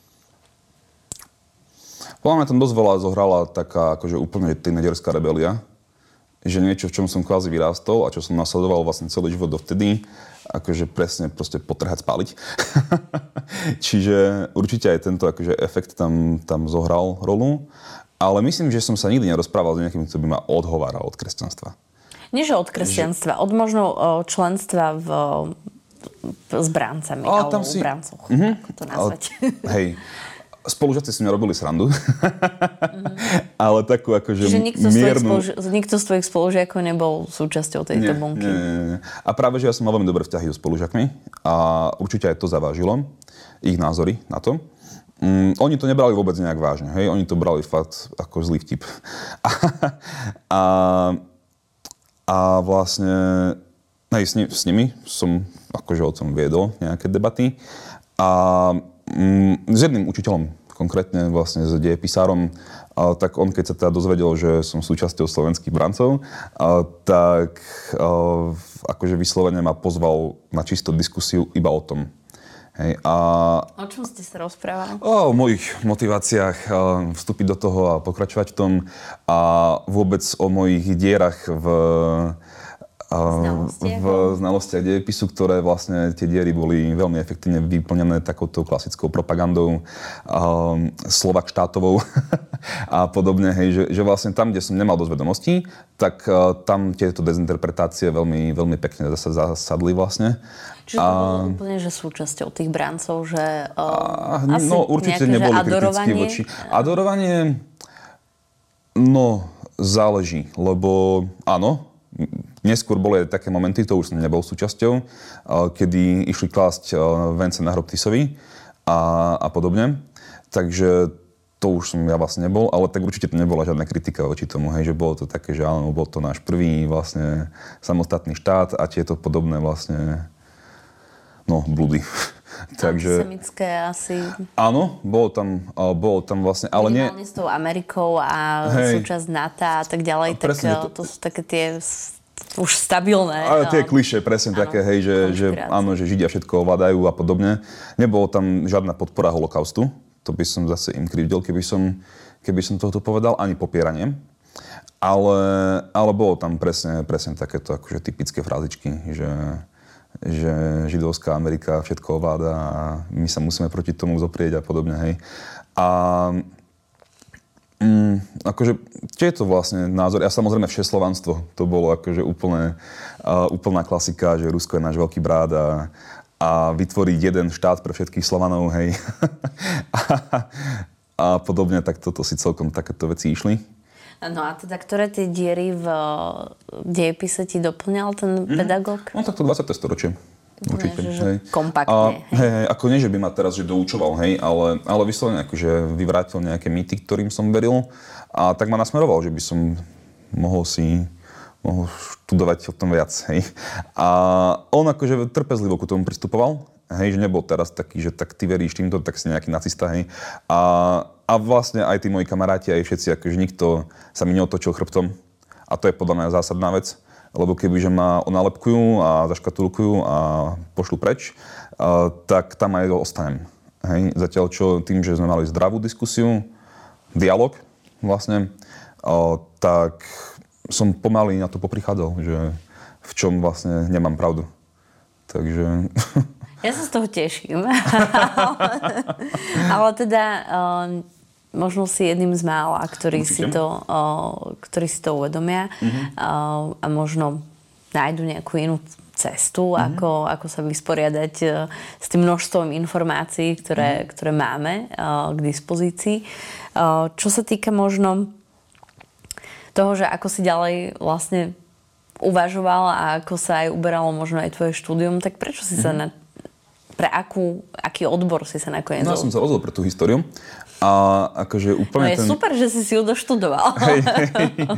Podľa mňa tam dosť veľa zohrala taká akože úplne tínedžerská rebelia, že niečo, v čom som kvázi vyrástol a čo som nasledoval vlastne celý život dovtedy, akože presne proste potrhať, spáliť. Čiže určite aj tento akože efekt tam, tam zohral rolu. Ale myslím, že som sa nikdy nerozprával s niekým, kto by ma odhováral od kresťanstva. Nie, že od kresťanstva, že... od možno členstva v, s bráncami, ale alebo si... v bráncoch, mm-hmm. ako to nazvať. Ale, hej, spolužiaci si mňa robili srandu, mm-hmm. ale takú akože Čiže nikto, miernu... z spoluži- nikto z tvojich spolužiakov nebol súčasťou tejto nie, bunky? Nie, nie, nie. A práve, že ja som mal veľmi dobré vzťahy so spolužiakmi a určite aj to zavážilo, ich názory na to. Mm, oni to nebrali vôbec nejak vážne, hej? Oni to brali fakt ako zlý vtip. A, a, a vlastne hej, s, ni, s nimi som akože o tom viedol nejaké debaty. A mm, s jedným učiteľom, konkrétne vlastne s dejepisárom, a, tak on, keď sa teda dozvedel, že som súčasťou slovenských brancov, a, tak a, akože vyslovene ma pozval na čistú diskusiu iba o tom. Hej, a... O čom ste sa rozprávali? O mojich motiváciách vstúpiť do toho a pokračovať v tom a vôbec o mojich dierach v, znalostiach, v znalostiach dejepisu, ktoré vlastne tie diery boli veľmi efektívne vyplnené takouto klasickou propagandou um, Slovak štátovou a podobne. Hej, že, že vlastne tam, kde som nemal dosť vedomostí, tak uh, tam tieto dezinterpretácie veľmi, veľmi pekne zase zasadli vlastne. Čiže to bolo úplne, že súčasťou tých brancov, že uh, a, asi no určite nejaké, neboli adorovanie... kritickí voči. Adorovanie, no záleží, lebo áno, neskôr boli aj také momenty, to už som nebol súčasťou, uh, kedy išli klásť uh, vence na hrob Tisovi a, a podobne. Takže to už som ja vlastne nebol, ale tak určite to nebola žiadna kritika voči tomu, hej, že bolo to také, že áno, bol to náš prvý vlastne samostatný štát a tieto podobné vlastne no, blúdy. Takže... Antisemické asi. Áno, bolo tam, bolo tam vlastne, ale nie... Minimálne s tou Amerikou a hej. Súčasť NATO a tak ďalej, a tak to... to sú také tie už stabilné. Ale tie klišé, presne áno, také, hej, že, že áno, že Židia všetko ovládajú a podobne. Nebolo tam žiadna podpora holokaustu, to by som zase im krivdil, keby som, keby som tohto povedal, ani popieranie. Ale, ale bolo tam presne, presne takéto akože typické frázičky, že... že židovská Amerika všetko ovláda a my sa musíme proti tomu zoprieť a podobne, hej. A mm, akože, čo je to vlastne názor? A samozrejme všeslovanstvo, to bolo akože úplne, uh, úplná klasika, že Rusko je náš veľký brat a, a vytvoriť jeden štát pre všetkých Slovanov, hej. a, a podobne, tak toto si celkom takéto veci išli. No a teda, ktoré tie diery v dejepise ti doplňal ten mm-hmm. pedagóg? No tak to dvadsiate storočie. Určite. Ne, že, hej. Kompaktne. A, hej, hej, ako nie, že by ma teraz že doučoval, hej, ale, ale vyslovene akože vyvrátil nejaké mýty, ktorým som veril a tak ma nasmeroval, že by som mohol si mohol študovať o tom viac, hej. A on akože trpezlivo ku tomu pristupoval, hej, že nebol teraz taký, že tak ty veríš týmto, tak si nejaký nacista, hej. A, a vlastne aj tí moji kamaráti, aj všetci, akože nikto sa mi neotočil chrbtom. A to je podľa mňa zásadná vec, lebo kebyže ma onálepkujú a zaškatulkujú a pošlu preč, a, tak tam aj ostanem. Hej. Zatiaľ čo tým, že sme mali zdravú diskusiu, dialog vlastne, a, tak som pomaly na to poprichádzal, že v čom vlastne nemám pravdu. Takže... Ja sa z toho teším. Ale teda uh, možno si jedným z mála, ktorí si to, uh, ktorí si to uvedomia uh-huh. uh, a možno nájdu nejakú inú cestu, uh-huh. ako, ako sa vysporiadať uh, s tým množstvom informácií, ktoré, uh-huh. ktoré máme uh, k dispozícii. Uh, čo sa týka možno toho, že ako si ďalej vlastne uvažoval a ako sa aj uberalo možno aj tvoje štúdium, tak prečo si mm-hmm. sa na... Pre akú, aký odbor si sa nakoniec... No ja som sa rozhodol pre tú históriu. A akože úplne no je ten... super, že si si ju doštudoval. Hej, hej.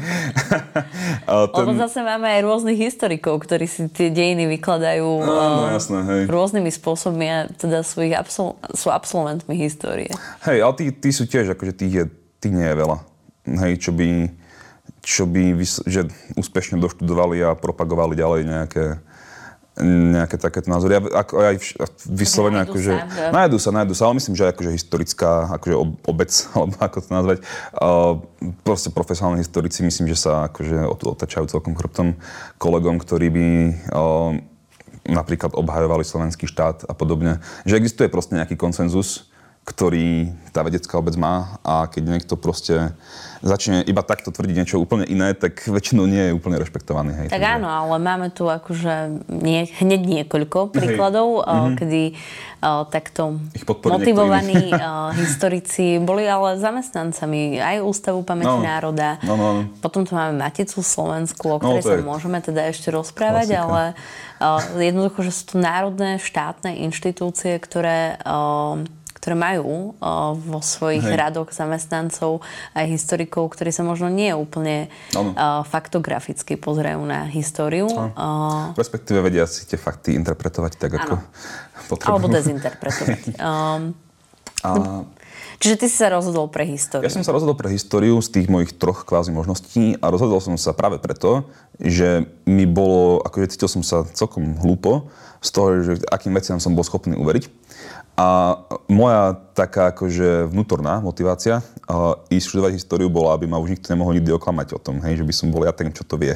ten... Lebo zase máme aj rôznych historikov, ktorí si tie dejiny vykladajú no, no, jasné, hej. rôznymi spôsobmi a teda svojich absol... sú absolventmi histórie. Hej, ale tí, tí sú tiež, akože tých, je, tých nie je veľa. Hej, čo by... čo by že úspešne doštudovali a propagovali ďalej nejaké, nejaké takéto názory. Ja, ako aj vyslovene, akože... Nájdu sa, nájdu sa, ale myslím, že akože historická akože obec, alebo ako to nazvať, uh, proste profesionálni historici, myslím, že sa akože otačajú celkom chrbtom kolegom, ktorí by uh, napríklad obhajovali slovenský štát a podobne. Že existuje proste nejaký konsenzus, ktorý tá vedecká obec má a keď niekto proste začne iba takto tvrdiť niečo úplne iné, tak väčšinou nie je úplne rešpektovaný. Hej, tak takže... áno, ale máme tu akože nie, hneď niekoľko príkladov, uh, kedy uh, takto motivovaní uh, historici boli ale zamestnancami aj Ústavu pamäti no, národa. No, no, no. Potom tu máme Maticu Slovensku, o ktorej no, sa je... môžeme teda ešte rozprávať, klasika. Ale uh, jednoducho, že sú to národné štátne inštitúcie, ktoré... Uh, ktoré majú uh, vo svojich Hej. radoch zamestnancov aj historikov, ktorí sa možno nie úplne uh, faktograficky pozerajú na históriu. Uh, Respektíve vedia si tie fakty interpretovať tak, ako potrebujú. Alebo dezinterpretovať. um, A... Čiže ty si sa rozhodol pre históriu. Ja som sa rozhodol pre históriu z tých mojich troch kvázi možností a rozhodol som sa práve preto, že mi bolo, akože cítil som sa celkom hlúpo z toho, že akým veciam som bol schopný uveriť. A moja taká akože vnútorná motivácia uh, ísť študovať históriu bola, aby ma už nikto nemohol nikdy oklamať o tom, hej, že by som bol ja ten, čo to vie.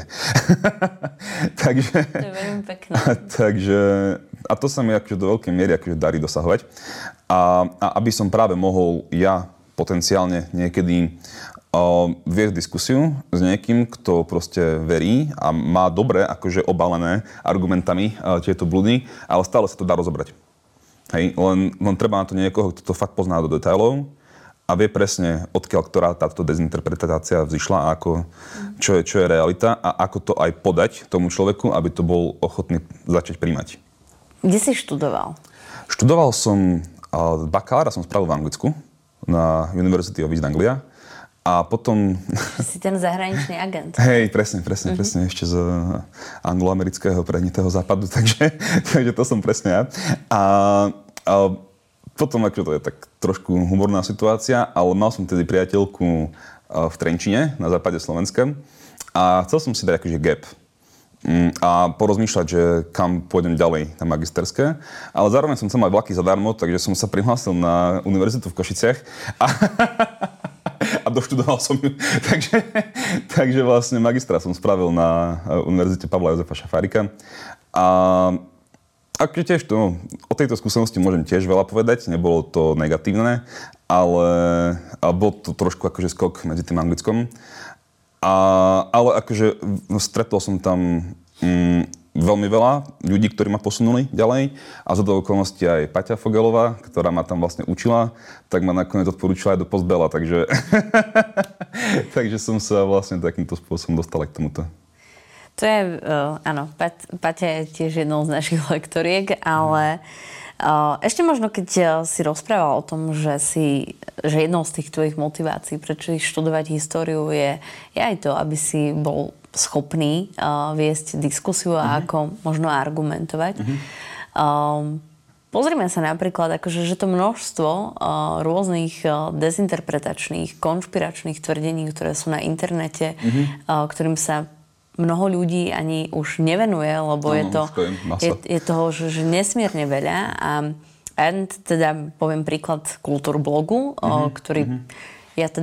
takže, to je veľmi pekné. takže, a to sa mi akože do veľkej miery akože darí dosahovať. A, a aby som práve mohol ja potenciálne niekedy uh, viesť diskusiu s niekým, kto proste verí a má dobre akože obalené argumentami uh, tieto blúdy, ale stále sa to dá rozobrať. Hej, len, len treba na to niekoho, kto to fakt pozná do detailov a vie presne, odkiaľ ktorá táto dezinterpretácia vzýšla a ako, čo, je, čo je realita a ako to aj podať tomu človeku, aby to bol ochotný začať príjmať. Kde si študoval? Študoval som bakalára, som spravil v Anglicku na University of East Anglia. A potom... Si ten zahraničný agent. Hej, presne, presne, mm-hmm. presne. Ešte z angloamerického prehnitého západu, takže, takže to som presne ja. A, a potom, ako to je tak trošku humorná situácia, ale mal som tedy priateľku v Trenčine, na západe Slovenska. A chcel som si dať akože gap. A porozmýšľať, že kam pôjdem ďalej na magisterské. Ale zároveň som chcel mať vlaky zadarmo, takže som sa prihlásil na univerzitu v Košiciach. A a doštudoval som ju. takže, takže vlastne magistra som spravil na Univerzite Pavla Jozefa Šafárika. A akože tiež to, o tejto skúsenosti môžem tiež veľa povedať, nebolo to negatívne, ale, ale bol to trošku akože skok medzi tým anglickom. A, ale akože stretol som tam mm, veľmi veľa ľudí, ktorí ma posunuli ďalej a za do okolností aj Paťa Fogelová, ktorá ma tam vlastne učila, tak ma nakoniec odporúčila aj do Postbela, takže takže som sa vlastne takýmto spôsobom dostal k tomuto. To je, uh, áno, Pat, Paťa je tiež jednou z našich lektoriek, ale uh, ešte možno, keď si rozprával o tom, že, si, že jednou z tých tvojich motivácií, prečo študovať históriu je, je aj to, aby si bol schopný uh, viesť diskusiu a uh-huh. ako možno argumentovať. Uh-huh. Um, pozrime sa napríklad, akože, že to množstvo uh, rôznych uh, dezinterpretačných, konšpiračných tvrdení, ktoré sú na internete, uh-huh. uh, ktorým sa mnoho ľudí ani už nevenuje, lebo no, je, to, je, je toho že, že nesmierne veľa. A, a ja teda poviem príklad kultúrblogu, uh-huh. uh, ktorý uh-huh. ja teda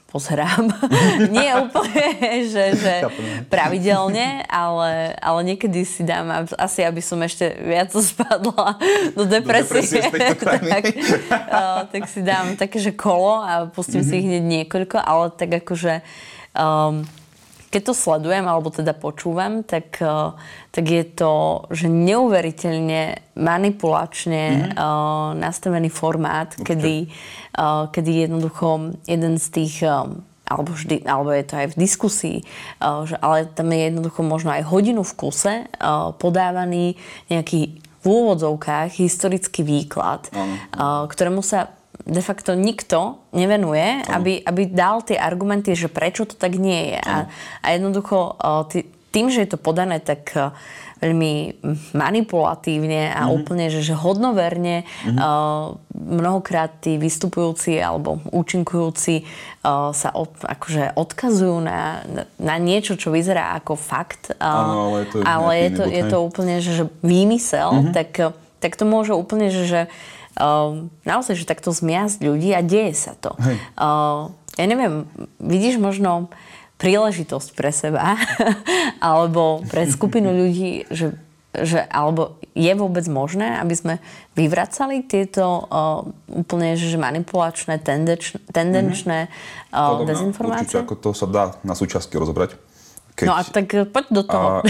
pozerám. Nie úplne, že, že pravidelne, ale, ale niekedy si dám, asi aby som ešte viac spadla do depresie. Do depresie tak, uh, tak si dám také, že kolo a pustím mm-hmm. si ich hneď niekoľko, ale tak akože um, keď to sledujem, alebo teda počúvam, tak, uh, tak je to, že neuveriteľne manipulačne mm-hmm. uh, nastavený formát, kedy, uh, kedy jednoducho jeden z tých, um, alebo, vždy, alebo je to aj v diskusii, uh, že, ale tam je jednoducho možno aj hodinu v kuse uh, podávaný nejaký v úvodzovkách historický výklad, mm-hmm. uh, ktorému sa de facto nikto nevenuje, aby, aby dal tie argumenty, že prečo to tak nie je. A, a jednoducho tý, tým, že je to podané tak veľmi manipulatívne a mm-hmm. úplne, že, že hodnoverne mm-hmm. uh, mnohokrát tí vystupujúci alebo účinkujúci uh, sa od, akože odkazujú na, na niečo, čo vyzerá ako fakt. Uh, ano, ale je to, ale je to, je to úplne, že, že výmysel, mm-hmm. tak, tak to môže úplne, že, že Uh, naozaj, že takto zmiasť ľudí a deje sa to. Uh, ja neviem, vidíš možno príležitosť pre seba alebo pre skupinu ľudí, že, že, alebo je vôbec možné, aby sme vyvracali tieto uh, úplne že manipulačné, tendeč, tendenčné uh, dezinformácie? Určite, ako to sa dá na súčiastky rozobrať. Keď... No a tak poď do toho. A...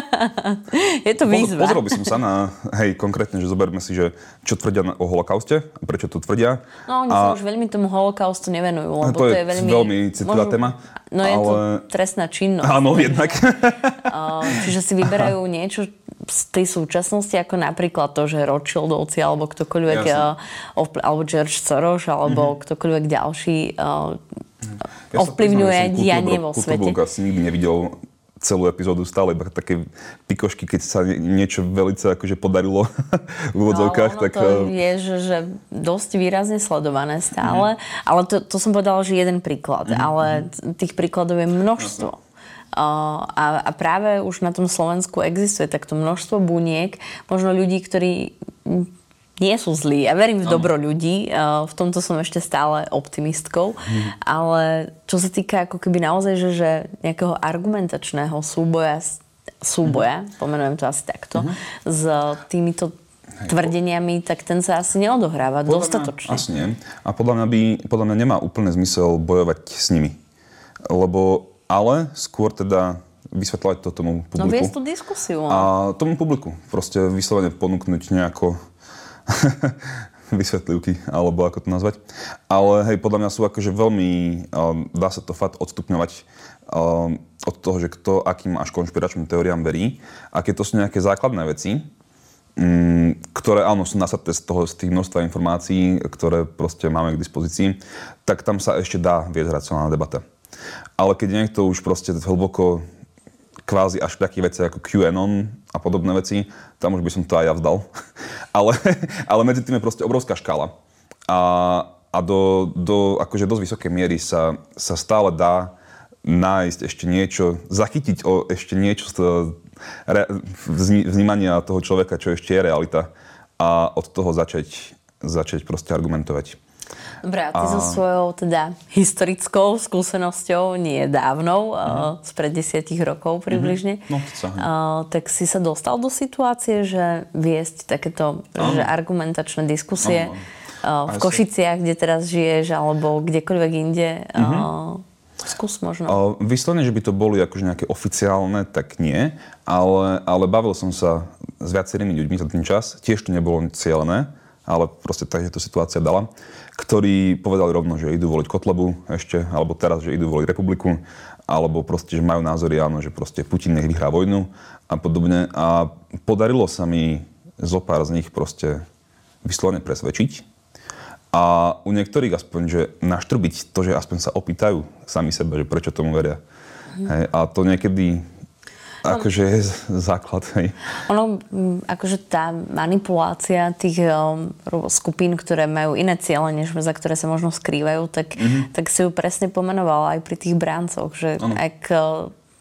Je to výzva. Pozrel by som sa na, hej, konkrétne, že zoberme si, že čo tvrdia o holokauste, prečo to tvrdia. No oni a... sa už veľmi tomu holokaustu nevenujú, lebo to, to je veľmi... veľmi citlivá môžu... téma. No je ale... to trestná činnosť. Áno, jednak. Čiže si vyberajú niečo z tej súčasnosti, ako napríklad to, že Rothschildovci, alebo ktokoľvek, alebo George Soros, alebo mm-hmm. ktokoľvek ďalší ja ovplyvňuje dianie vo svete. Kultúrblok asi nikdy nevidel celú epizódu, stále iba také pikošky, keď sa niečo velice akože podarilo v úvodzovkách. No, tak... to je, že, že dosť výrazne sledované stále, mm-hmm. ale to, to som povedala, že jeden príklad, mm-hmm. ale tých príkladov je množstvo. Uh, a, a práve už na tom Slovensku existuje takto množstvo buniek, možno ľudí, ktorí nie sú zlí. Ja verím v dobro ľudí, v tomto som ešte stále optimistkou, hmm. ale čo sa týka ako keby naozaj, že, že nejakého argumentačného súboja, súboja, hmm. pomenujem to asi takto, hmm. s týmito tvrdeniami, tak ten sa asi neodohráva podľa dostatočne. Mňa, asi nie. A podľa mňa, by, podľa mňa nemá úplne zmysel bojovať s nimi. Lebo, ale skôr teda vysvetľovať to tomu publiku. No viesť tú diskusiu. A tomu publiku. Proste vyslovene ponúknuť nejako vysvetlivky, alebo ako to nazvať. Ale hej, podľa mňa sú akože veľmi, um, dá sa to fakt odstupňovať um, od toho, že kto akým až konšpiračným teóriám verí. A keď to sú nejaké základné veci, um, ktoré áno, sú nasadté z toho, z tých množstva informácií, ktoré proste máme k dispozícii, tak tam sa ešte dá viesť racionálna debata. Ale keď niekto už proste hlboko kvázi až v takých veciach ako QAnon a podobné veci, tam už by som to aj ja vzdal. ale, ale medzi tým je proste obrovská škála. A, a do, do akože dosť vysokej miery sa, sa stále dá nájsť ešte niečo, zachytiť o ešte niečo z toho re, vnímania toho človeka, čo ešte je realita. A od toho začať, začať proste argumentovať. Dobre, a ty a... so svojou teda historickou skúsenosťou, nie dávnou, uh-huh. spred desiatich rokov približne, uh-huh. no, uh, tak si sa dostal do situácie, že viesť takéto uh-huh. že argumentačné diskusie uh-huh. uh, v Košiciach, kde teraz žiješ, alebo kdekoľvek inde. Uh-huh. Uh, skús možno. Uh, vyslovene, že by to boli akože nejaké oficiálne, tak nie, ale, ale bavil som sa s viacerými ľuďmi za ten čas, tiež to nebolo cieľené, ale proste tak, že to situácia dala, ktorí povedali rovno, že idú voliť Kotlebu ešte, alebo teraz, že idú voliť Republiku, alebo proste, že majú názory, áno, že proste Putin nech vyhrá vojnu a podobne. A podarilo sa mi zo pár z nich proste vyslovene presvedčiť. A u niektorých aspoň, že naštrbiť to, že aspoň sa opýtajú sami sebe, že prečo tomu veria. Mm. Hej, a to niekedy akože je základ, hej. Ono, akože tá manipulácia tých um, skupín, ktoré majú iné ciele, než za ktoré sa možno skrývajú, tak, mm-hmm. tak si ju presne pomenovala aj pri tých bráncoch, že ano. Ak uh,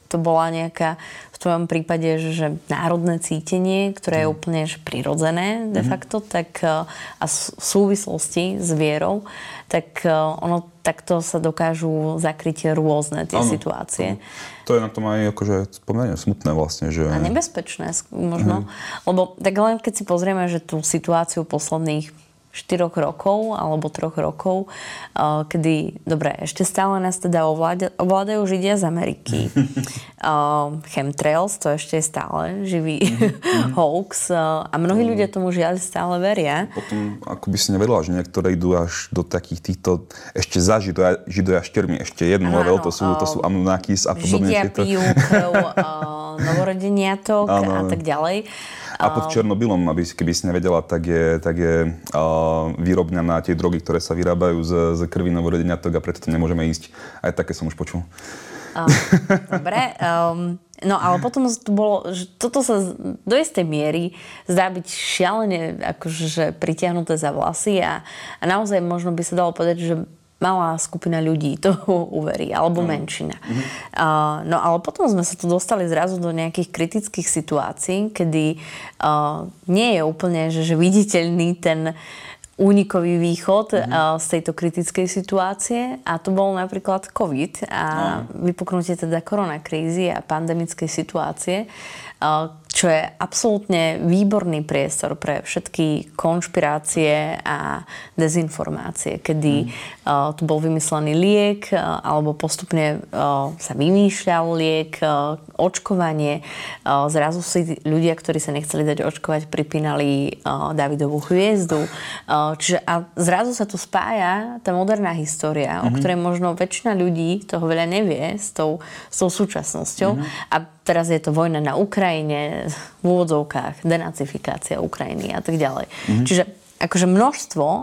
to bola nejaká, v tvojom prípade, že, že národné cítenie, ktoré je úplne že prirodzené de facto, mm-hmm. tak a v súvislosti s vierou, tak ono takto sa dokážu zakryť rôzne tie ano, situácie. To, to je na tom aj akože pomerne smutné vlastne, že... A nebezpečné možno, mm-hmm. lebo tak len keď si pozrieme, že tú situáciu posledných štyroch rokov alebo troch rokov, uh, kedy, dobre, ešte stále nás teda ovláda, ovládajú Židia z Ameriky. uh, chemtrails, to ešte je stále živý mm-hmm. hoax uh, a mnohí mm. ľudia tomu žiaľ stále veria. Potom, ako by si nevedela, že niektoré idú až do takých týchto, ešte za židoja, židoja štyrmi, ešte jednu ano, level, to sú, to sú Anunnakis a podobne. Židia tieto... pijú krv uh, novorodeniatok a tak ďalej. A pod Černobylom, aby, keby si nevedela, tak je, tak je uh, výrobňa na tie drogy, ktoré sa vyrábajú z, z krvi novorodeniatok a preto to nemôžeme ísť. Aj také som už počul. Uh, dobre. Um, no ale potom tu bolo, že toto sa do istej miery zdá byť šialene akože pritiahnuté za vlasy a, a naozaj možno by sa dalo povedať, že malá skupina ľudí to uverí, alebo menšina. Mm-hmm. Uh, no ale potom sme sa tu dostali zrazu do nejakých kritických situácií, kedy uh, nie je úplne že, že viditeľný ten únikový východ mm-hmm. uh, z tejto kritickej situácie a to bol napríklad COVID a mm. vypuknutie teda koronakrízy a pandemickej situácie, uh, čo je absolútne výborný priestor pre všetky konšpirácie a dezinformácie, kedy mm. uh, tu bol vymyslený liek uh, alebo postupne uh, sa vymýšľal liek, uh, očkovanie. Uh, zrazu si ľudia, ktorí sa nechceli dať očkovať, pripínali uh, Davidovú hviezdu. Uh, čiže a zrazu sa tu spája tá moderná história, mm-hmm. o ktorej možno väčšina ľudí toho veľa nevie s tou, s tou súčasnosťou. Mm-hmm. A teraz je to vojna na Ukrajine, v úvodzovkách, denacifikácia Ukrajiny a tak ďalej. Mm-hmm. Čiže akože množstvo o,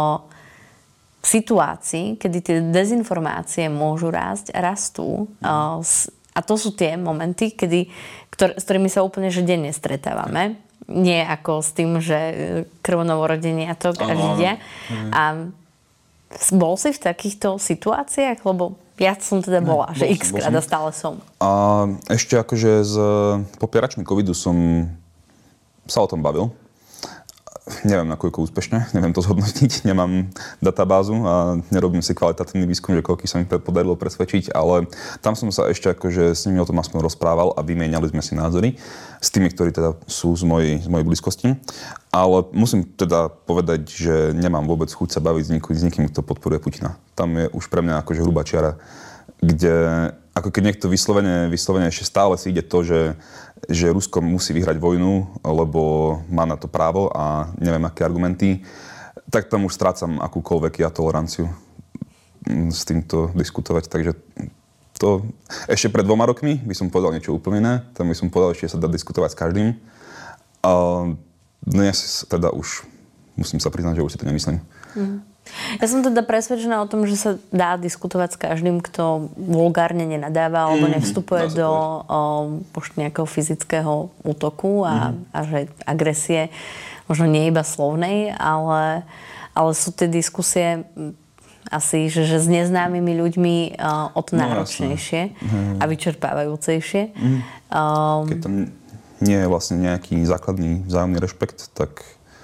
situácií, kedy tie dezinformácie môžu rásť a rastú. Mm-hmm. O, s, a to sú tie momenty, kedy, ktor, s ktorými sa úplne že denne stretávame. Nie ako s tým, že krv novorodeniatok a Židia. Mm-hmm. A bol si v takýchto situáciách? Lebo ja som teda bola, ne, že bol x-krát a stále som. A ešte akože s popieračmi covidu som sa o tom bavil. Neviem, nakoľko úspešne, neviem to zhodnotiť, nemám databázu a nerobím si kvalitatívny výskum, že koľko sa mi podarilo presvedčiť, ale tam som sa ešte akože s nimi o tom aspoň rozprával a vymieniali sme si názory s tými, ktorí teda sú z mojej, z mojej blízkosti. Ale musím teda povedať, že nemám vôbec chuť sa baviť s nikým, s nikým, kto podporuje Putina. Tam je už pre mňa akože hrubá čiara, kde ako keď niekto vyslovene, vyslovene ešte stále si ide to, že, že Rusko musí vyhrať vojnu, lebo má na to právo a neviem aké argumenty, tak tam už strácam akúkoľvek ja toleranciu s týmto diskutovať. Takže to ešte pred dvoma rokmi by som povedal niečo úplne iné. Tam by som povedal, že sa dá diskutovať s každým. A dnes teda už musím sa priznať, že už si to nemyslím. Mm. Ja som teda presvedčená o tom, že sa dá diskutovať s každým, kto vulgárne nenadáva alebo nevstupuje mm, do o, nejakého fyzického útoku a, mm. a že agresie možno nie iba slovnej, ale, ale sú tie diskusie asi, že, že s neznámymi ľuďmi o, o to no, náročnejšie mm. a vyčerpávajúcejšie. Mm. Um, Keď tam nie je vlastne nejaký základný vzájomný rešpekt, tak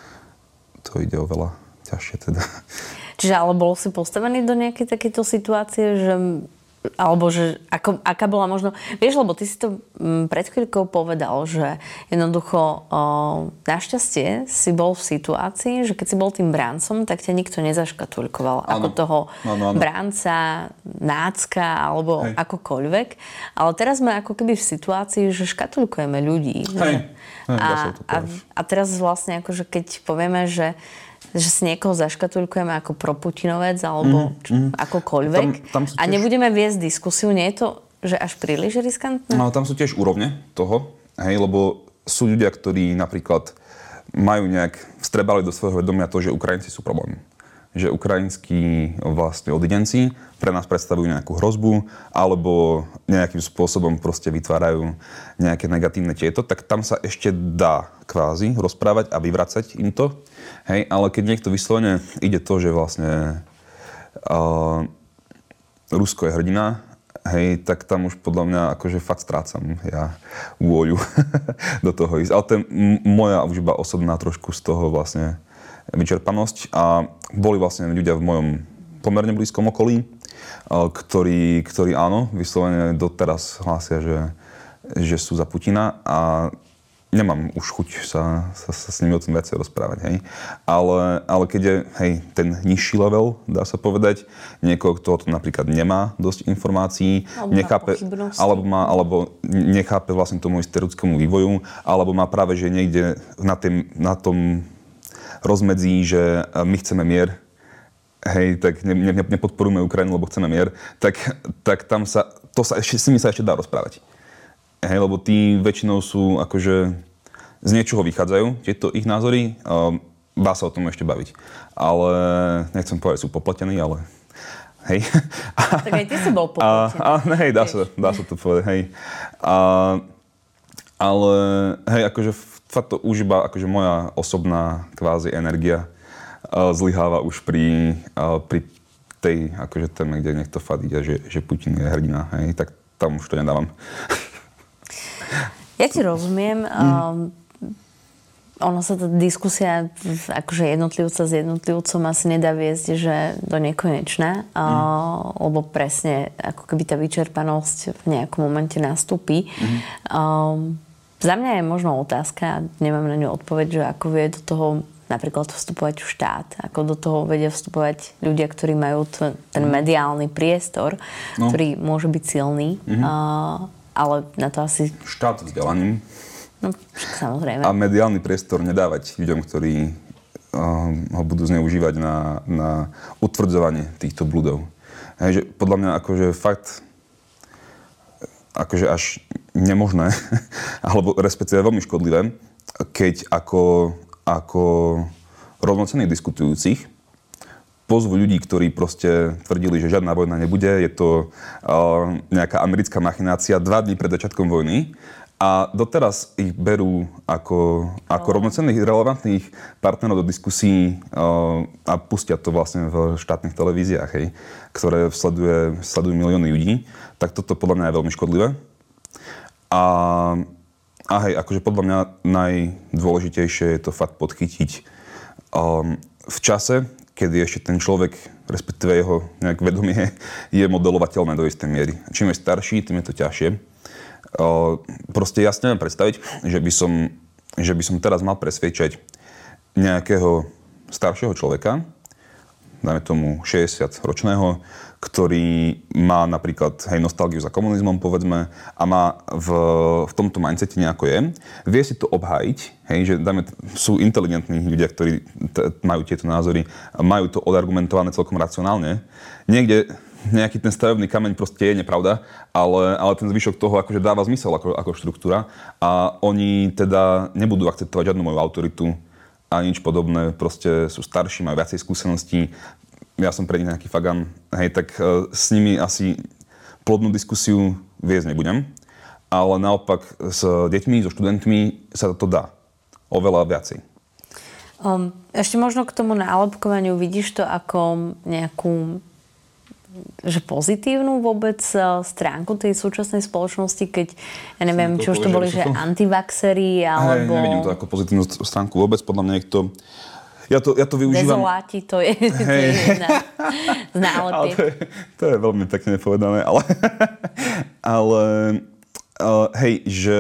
to ide o veľa ťažšie teda. Čiže ale bol si postavený do nejakej takéto situácie, že alebo že ako, aká bola možno... Vieš, lebo ty si to m, pred chvíľkou povedal, že jednoducho o, našťastie si bol v situácii, že keď si bol tým bráncom, tak ťa nikto nezaškatulkoval ano. Ako toho ano, ano. bránca, nácka alebo Hej. akokoľvek. Ale teraz sme ako keby v situácii, že škatulkujeme ľudí. Hej. Hej, a, a, a teraz vlastne akože keď povieme, že že si niekoho zaškatulkujeme ako proputinovec alebo mm, mm. akokoľvek tam, tam tiež... a nebudeme viesť diskusiu, nie je to, že až príliš riskantné? No, tam sú tiež úrovne toho, hej, lebo sú ľudia, ktorí napríklad majú nejak vstrebali do svojho vedomia to, že Ukrajinci sú problém. Že ukrajinskí vlastne odidenci pre nás predstavujú nejakú hrozbu alebo nejakým spôsobom proste vytvárajú nejaké negatívne tieto, tak tam sa ešte dá kvázi rozprávať a vyvracať im to. Hej, ale keď niekto vyslovene ide to, že vlastne uh, Rusko je hrdina hej, tak tam už podľa mňa akože fakt strácam ja vôľu do toho ísť. Ale to je m- moja už iba osobná trošku z toho vlastne vyčerpanosť a boli vlastne ľudia v mojom pomerne blízkom okolí, ktorí, ktorí áno, vyslovene doteraz hlásia, že, že sú za Putina a nemám už chuť sa, sa, sa s nimi o tom viacej rozprávať, hej. Ale, ale keď je, hej, ten nižší level, dá sa povedať, niekoho, kto to napríklad nemá dosť informácií, alebo nechápe, alebo, má, alebo nechápe vlastne tomu historickému vývoju, alebo má práve, že niekde na, tým, na tom rozmedzí, že my chceme mier, hej, tak ne, ne, nepodporujeme Ukrajinu, lebo chceme mier, tak, tak tam sa, to sa ešte, s nimi sa ešte dá rozprávať. Hej, lebo tí väčšinou sú akože z niečoho vychádzajú, tieto ich názory, um, dá sa o tom ešte baviť. Ale nechcem povedať, sú popletení, ale hej. Tak aj ty si bol popletený. A, a hej, dá sa, dá sa to povedať, hej. A, ale hej, akože fakt to už iba akože moja osobná kvázi energia uh, zlyháva už pri, uh, pri tej akože téme, kde niekto fakt ide, že, že Putin je hrdina, hej, tak tam už to nedávam. Ja ti rozumiem. Mm. Um, ono sa tá diskusia akože jednotlivca s jednotlivcom asi nedá viesť, že do nekonečna, mm. uh, lebo presne ako keby tá vyčerpanosť v nejakom momente nastúpi. Mm. Um, za mňa je možno otázka, nemám na ňu odpoveď, že ako vie do toho napríklad vstupovať štát, ako do toho vedia vstupovať ľudia, ktorí majú t- ten mm. mediálny priestor, no. ktorý môže byť silný. Mm. Uh, ale na to asi... Štát vzdelaním. No, samozrejme. A mediálny priestor nedávať ľuďom, ktorí uh, ho budú zneužívať na, na utvrdzovanie týchto bludov. Hej, že podľa mňa akože fakt akože až nemožné, alebo respektíve veľmi škodlivé, keď ako, ako rovnocenných diskutujúcich pozvu ľudí, ktorí proste tvrdili, že žiadna vojna nebude, je to uh, nejaká americká machinácia dva dní pred začiatkom vojny a doteraz ich berú ako, ako rovnocenných, relevantných partnerov do diskusí uh, a pustia to vlastne v štátnych televíziách, hej, ktoré sleduje, sledujú milióny ľudí, tak toto podľa mňa je veľmi škodlivé. A, a hej, akože podľa mňa najdôležitejšie je to fakt podchytiť um, v čase, kedy ešte ten človek, respektíve jeho nejak vedomie, je modelovateľné do istej miery. Čím je starší, tým je to ťažšie. Uh, proste ja si neviem predstaviť, že by som, že by som teraz mal presviečať nejakého staršieho človeka, dajme tomu šesťdesiatročného, ktorý má napríklad hej, nostalgiu za komunizmom, povedzme, a má v, v tomto mindsete nejako je. Vie si to obhájiť, hej, že dajme, sú inteligentní ľudia, ktorí t- majú tieto názory, majú to odargumentované celkom racionálne. Niekde nejaký ten stavebný kameň proste je nepravda, ale, ale ten zvyšok toho akože dáva zmysel ako, ako štruktúra a oni teda nebudú akceptovať žiadnu moju autoritu a nič podobné, proste sú starší, majú viacej skúseností. Ja som pre nich nejaký fagan, hej, tak uh, s nimi asi plodnú diskusiu viesť nebudem, ale naopak s deťmi, so študentmi sa to dá oveľa viacej. Um, ešte možno k tomu nálepkovaniu, vidíš to ako nejakú že pozitívnu vôbec stránku tej súčasnej spoločnosti, keď, ja neviem, či už to boli, že antivaxery, alebo... Hej, nevidím to ako pozitívnu stránku vôbec, podľa mňa niekto... Ja to, ja to využívam... Dezoláti, to je, to je jedna z nálepiek. To, to je veľmi pekne povedané, ale... ale uh, hej, že...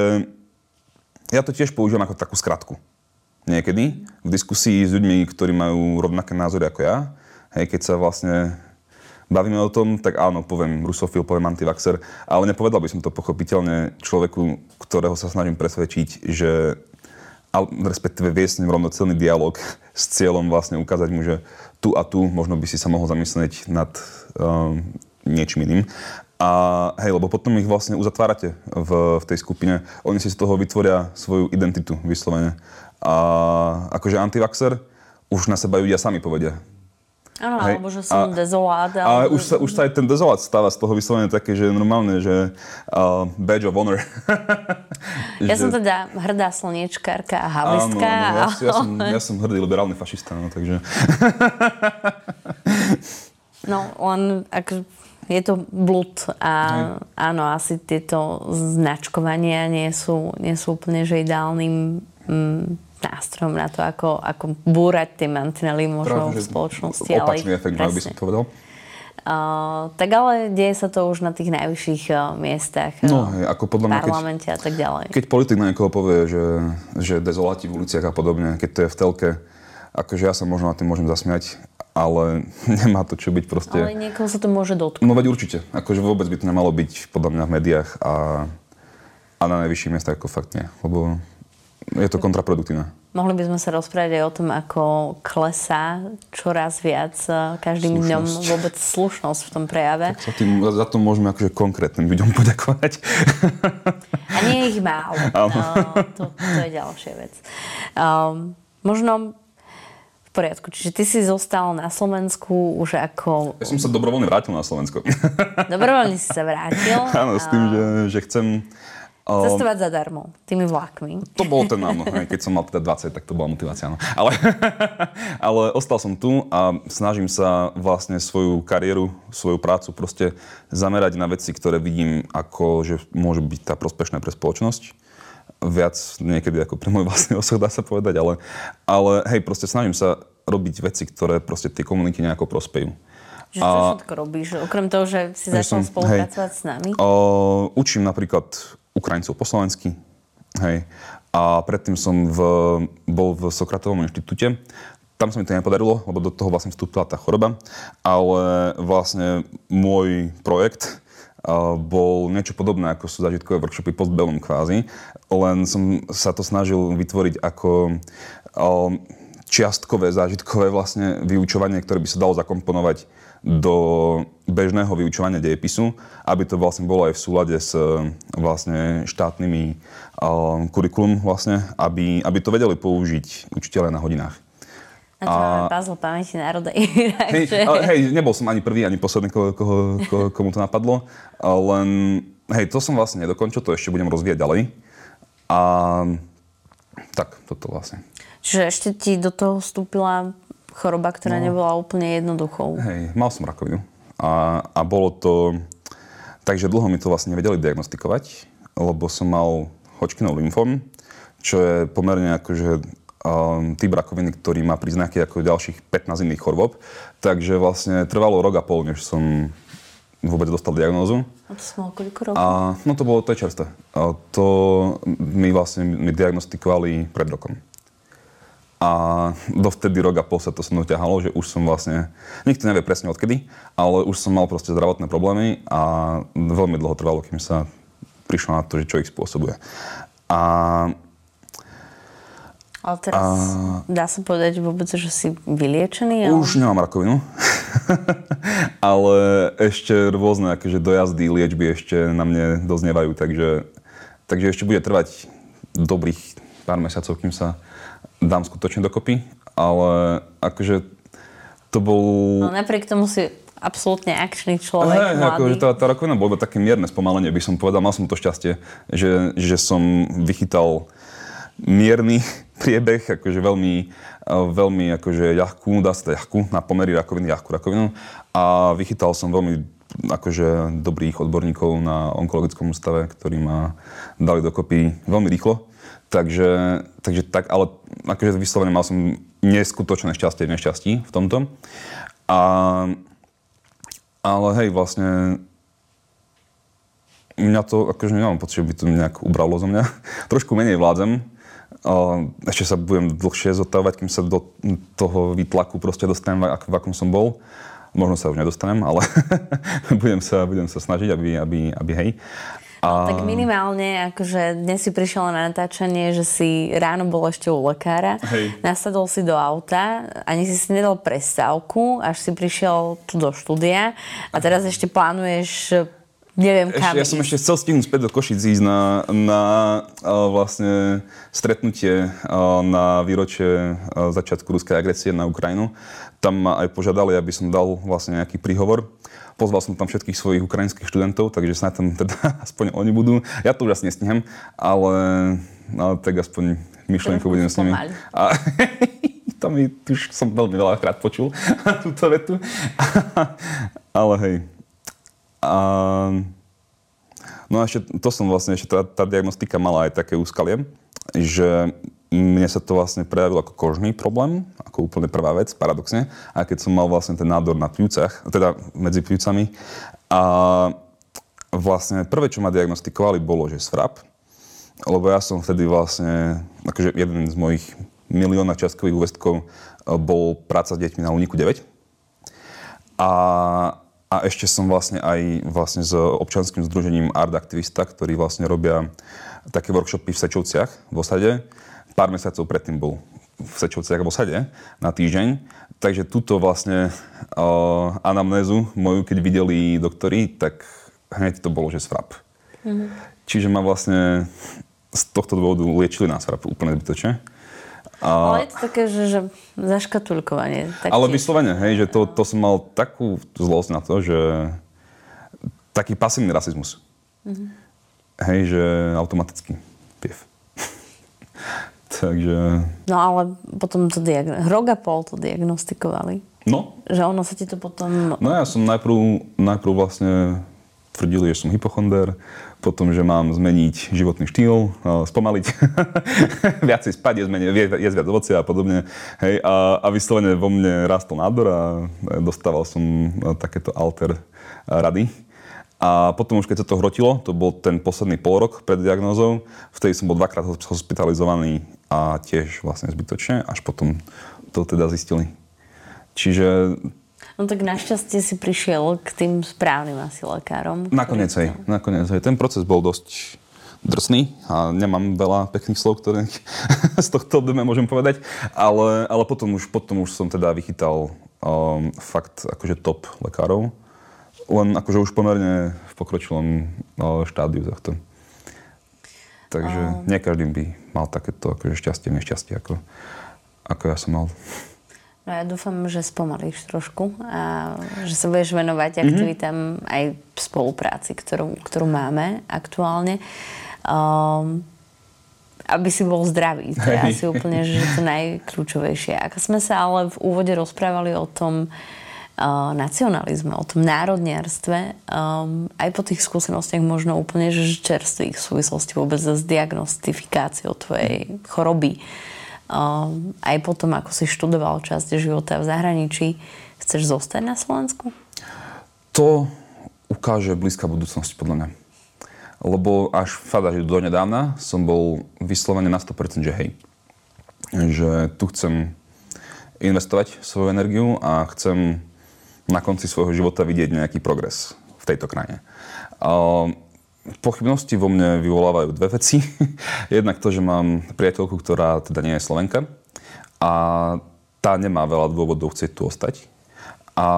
Ja to tiež používam ako takú skratku. Niekedy v diskusii s ľuďmi, ktorí majú rovnaké názory ako ja, hej, keď sa vlastne bavíme o tom, tak áno, poviem rusofil, poviem antivaxer, ale nepovedal by som to pochopiteľne človeku, ktorého sa snažím presvedčiť, že respektíve viesť s ním rovnocenný dialog s cieľom vlastne ukázať mu, že tu a tu možno by si sa mohol zamyslieť nad um, niečím iným. A hej, lebo potom ich vlastne uzatvárate v, v tej skupine. Oni si z toho vytvoria svoju identitu vyslovene. A akože antivaxer už na seba ľudia sami povedia. Áno, alebo že som dezolát. Ale už sa, už sa aj ten dezolát stáva z toho vyslovene také, že normálne, že uh, badge of honor. Ja že... som teda hrdá slniečkárka a havlistka. Áno, áno, ja, ja, som, ja som hrdý liberálny fašista, no, takže... No, len ak je to blud a hej. Áno, asi tieto značkovania nie sú, nie sú úplne že ideálnym mm, nástrojom na to, ako, ako búrať tie mantinely možno v spoločnosti. Opačný efekt, by som povedal. Uh, tak ale deje sa to už na tých najvyšších uh, miestach, no, hej, ako podľa mňa, parlamente keď, a tak ďalej. Keď politik na niekoho povie, že, že dezoláti v uliciach a podobne, keď to je v telke, akože ja sa možno na tým môžem zasmiať, ale nemá to čo byť proste... Ale niekoho sa to môže dotknúť. No veď určite. Akože vôbec by to nemalo byť podľa mňa v médiách a, a na najvyšších miestach ako fakt nie, lebo je to kontraproduktívne. Mohli by sme sa rozprávať aj o tom, ako klesá čoraz viac každým slušnosť. Dňom vôbec slušnosť v tom prejave. Tak sa tým, za to môžeme akože konkrétnym ľuďom poďakovať. A nie je ich málo. No, to, to je ďalšia vec. Um, možno v poriadku. Čiže ty si zostal na Slovensku už ako... Ja som sa dobrovoľne vrátil na Slovensko. Dobrovoľne si sa vrátil. Áno, s tým, že, že chcem... Cestovať zadarmo, tými vlákmi. To bolo ten áno, keď som mal teda dvadsať, tak to bola motivácia. No. Ale, ale ostal som tu a snažím sa vlastne svoju kariéru, svoju prácu proste zamerať na veci, ktoré vidím ako, že môžu byť tá prospešné pre spoločnosť. Viac niekedy ako pre môj vlastný osud, dá sa povedať, ale, ale hej, proste snažím sa robiť veci, ktoré proste tej komunite nejako prospejú. Že čo všetko robíš? Okrem toho, že si začal spolupracovať hej, s nami? O, učím napríklad Ukrajincov po slovensky, hej. A predtým som v, bol v Sokratovom inštitúte. Tam sa mi to nepodarilo, lebo do toho vlastne vstúpila tá choroba. Ale vlastne môj projekt uh, bol niečo podobné, ako sú zážitkové workshopy post-bellum kvázi. Len som sa to snažil vytvoriť ako uh, čiastkové, zážitkové vlastne vyučovanie, ktoré by sa dalo zakomponovať do bežného vyučovania dejepisu, aby to vlastne bolo aj v súlade s vlastne štátnymi uh, kurikulum vlastne, aby, aby to vedeli použiť učiteľe na hodinách. A čo máme puzzle pamäti národa Irak, hej, že... ale, hej, nebol som ani prvý, ani posledný, koho, koho, koho, komu to napadlo, len hej, to som vlastne nedokončil, to ešte budem rozvíjať ďalej. A tak, toto vlastne. Čiže ešte ti do toho vstúpila choroba, ktorá no, nebola úplne jednoduchou. Hej, mal som rakovinu. A, a bolo to... Takže dlho mi to vlastne nevedeli diagnostikovať, lebo som mal Hodgkinov lymfóm, čo je pomerne akože um, typ rakoviny, ktorý má príznaky ako ďalších pätnásť iných chorôb. Takže vlastne trvalo rok a pol, než som vôbec dostal diagnózu. A to som mal koľko rokov? A, no to bolo, to je čerstvé. A to mi vlastne mi diagnostikovali pred rokom. A dovtedy rok a pol sa to so mnou ťahalo, že už som vlastne, nikto nevie presne odkedy, ale už som mal proste zdravotné problémy a veľmi dlho trvalo, kým sa prišlo na to, že čo ich spôsobuje. A, ale teraz a, dá sa povedať vôbec, že si vyliečený? Ale... Už nemám rakovinu, ale ešte rôzne akože dojazdy, liečby ešte na mne doznievajú, takže, takže ešte bude trvať dobrých pár mesiacov, kým sa dám skutočne dokopy, ale akože to bol... No napriek tomu si absolútne akčný človek, hey, mladý. Akože tá, tá rakovina bola také mierne spomalenie, by som povedal. Mal som to šťastie, že, že som vychytal mierny priebeh, akože veľmi, veľmi akože ľahkú, dá sa to ľahkú, na pomery rakoviny, ľahkú rakovinu. A vychytal som veľmi akože dobrých odborníkov na onkologickom ústave, ktorí ma dali dokopy veľmi rýchlo. Takže, takže tak, ale akože vyslovene mal som neskutočné šťastie v nešťastí v tomto. A, ale hej, vlastne mňa to, akože nemám pocit, že by to nejak ubralo zo mňa. Trošku menej vládzem. Ešte sa budem dlhšie zotávať, kým sa do toho výtlaku proste dostanem, v akom som bol. Možno sa už nedostanem, ale budem, sa, budem sa snažiť, aby, aby, aby hej. A... Tak minimálne, akože dnes si prišiel na natáčanie, že si ráno bol ešte u lekára, hej. Nasadol si do auta, ani si si nedal prestávku, až si prišiel tu do štúdia a teraz ešte plánuješ, neviem kam ešte, ja som ešte chcel stihnúť späť do Košic ísť na, na uh, vlastne stretnutie uh, na výročie uh, začiatku ruskej agresie na Ukrajinu. Tam ma aj požiadali, aby som dal vlastne nejaký príhovor. Pozval som tam všetkých svojich ukrajinských študentov, takže snáď tam teda aspoň oni budú. Ja to už asi nestihnem, ale, ale tak aspoň myšlienku budem s nimi. A to mi už som veľmi veľakrát počul túto vetu. Ale hej, A, no a ešte, to som vlastne, ešte tá, tá diagnostika mala aj také úskalie, že mne sa to vlastne prejavilo ako kožný problém, ako úplne prvá vec, paradoxne. A keď som mal vlastne ten nádor na pľúcach, teda medzi pľúcami. A vlastne prvé, čo ma diagnostikovali, bolo, že svrap. Lebo ja som vtedy vlastne, akože jeden z mojich milióna čiastkových úväzkov bol práca s deťmi na Úniku deväť. A, a ešte som vlastne aj vlastne s občianskym združením Art Aktivista, ktorí vlastne robia také workshopy v Sečovciach v osade. Pár mesiacov predtým bol v Sečovciach v osade na týždeň. Takže túto vlastne uh, anamnézu moju, keď videli doktori, tak hneď to bolo, že svrap. Mm-hmm. Čiže ma vlastne z tohto dôvodu liečili na svrap úplne zbytočne. A... Ale je to také, že, že zaškatulkovanie. Taktiež. Ale vyslovene, hej, že to, to som mal takú zlosť na to, že taký pasívny rasizmus. Mm-hmm. Hej, že automaticky piev. Takže... No ale potom to diagno... rok a pol to diagnostikovali. No. Že ono sa ti to potom... No ja som najprv, najprv vlastne tvrdili, že som hypochonder, potom, že mám zmeniť životný štýl, spomaliť, viacej spať, jesť, jesť viac ovocia a podobne. Hej, a, a vyslovene vo mne rástol nádor a dostával som takéto alter rady. A potom už keď sa to hrotilo, to bol ten posledný polrok pred diagnózou, vtedy som bol dvakrát hospitalizovaný a tiež vlastne zbytočne, až potom to teda zistili. Čiže... No tak našťastie si prišiel k tým správnym asi lekárom. Nakoniec hej, nakoniec hej. Ten proces bol dosť drsný a nemám veľa pekných slov, ktoré z tohto obdobia môžem povedať, ale, ale potom, už, potom už som teda vychytal um, fakt akože top lekárov, len akože už pomerne v pokročilom uh, štádiu tohto. Takže um. nie každý by mal takéto akože šťastie, nešťastie, ako, ako ja som mal. No ja dúfam, že spomalíš trošku a že sa budeš venovať mm-hmm. aktivitám aj v spolupráci, ktorú, ktorú máme aktuálne. Um, aby si bol zdravý. To je asi úplne že to najkľúčovejšie. Ako sme sa ale v úvode rozprávali o tom uh, nacionalizme, o tom národniarstve, um, aj po tých skúsenostiach možno úplne že čerstvých v súvislosti vôbec s diagnostifikáciou tvojej choroby. Um, aj potom, ako si študoval časť života v zahraničí, chceš zostať na Slovensku? To ukáže blízka budúcnosť, podľa mňa. Lebo až fakt, že donedávna som bol vyslovene na sto percent, že hej. Že tu chcem investovať svoju energiu a chcem na konci svojho života vidieť nejaký progres v tejto krajine. Um, Pochybnosti vo mne vyvolávajú dve veci. Jednak to, že mám priateľku, ktorá teda nie je Slovenka a tá nemá veľa dôvodov chcieť tu ostať. A,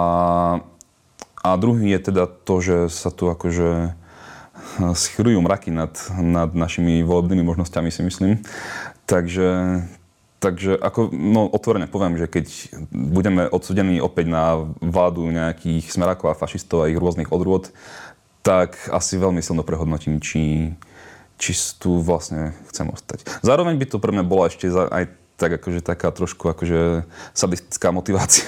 a druhý je teda to, že sa tu akože schrujú mraky nad, nad našimi volebnými možnosťami, si myslím. Takže, takže ako, no, otvorene poviem, že keď budeme odsúdení opäť na vládu nejakých smerákov a fašistov a ich rôznych odrôd, tak asi veľmi silno prehodnotím, či, či tu vlastne chcem ostať. Zároveň by to pre mňa bola ešte aj tak akože taká trošku akože sadistická motivácia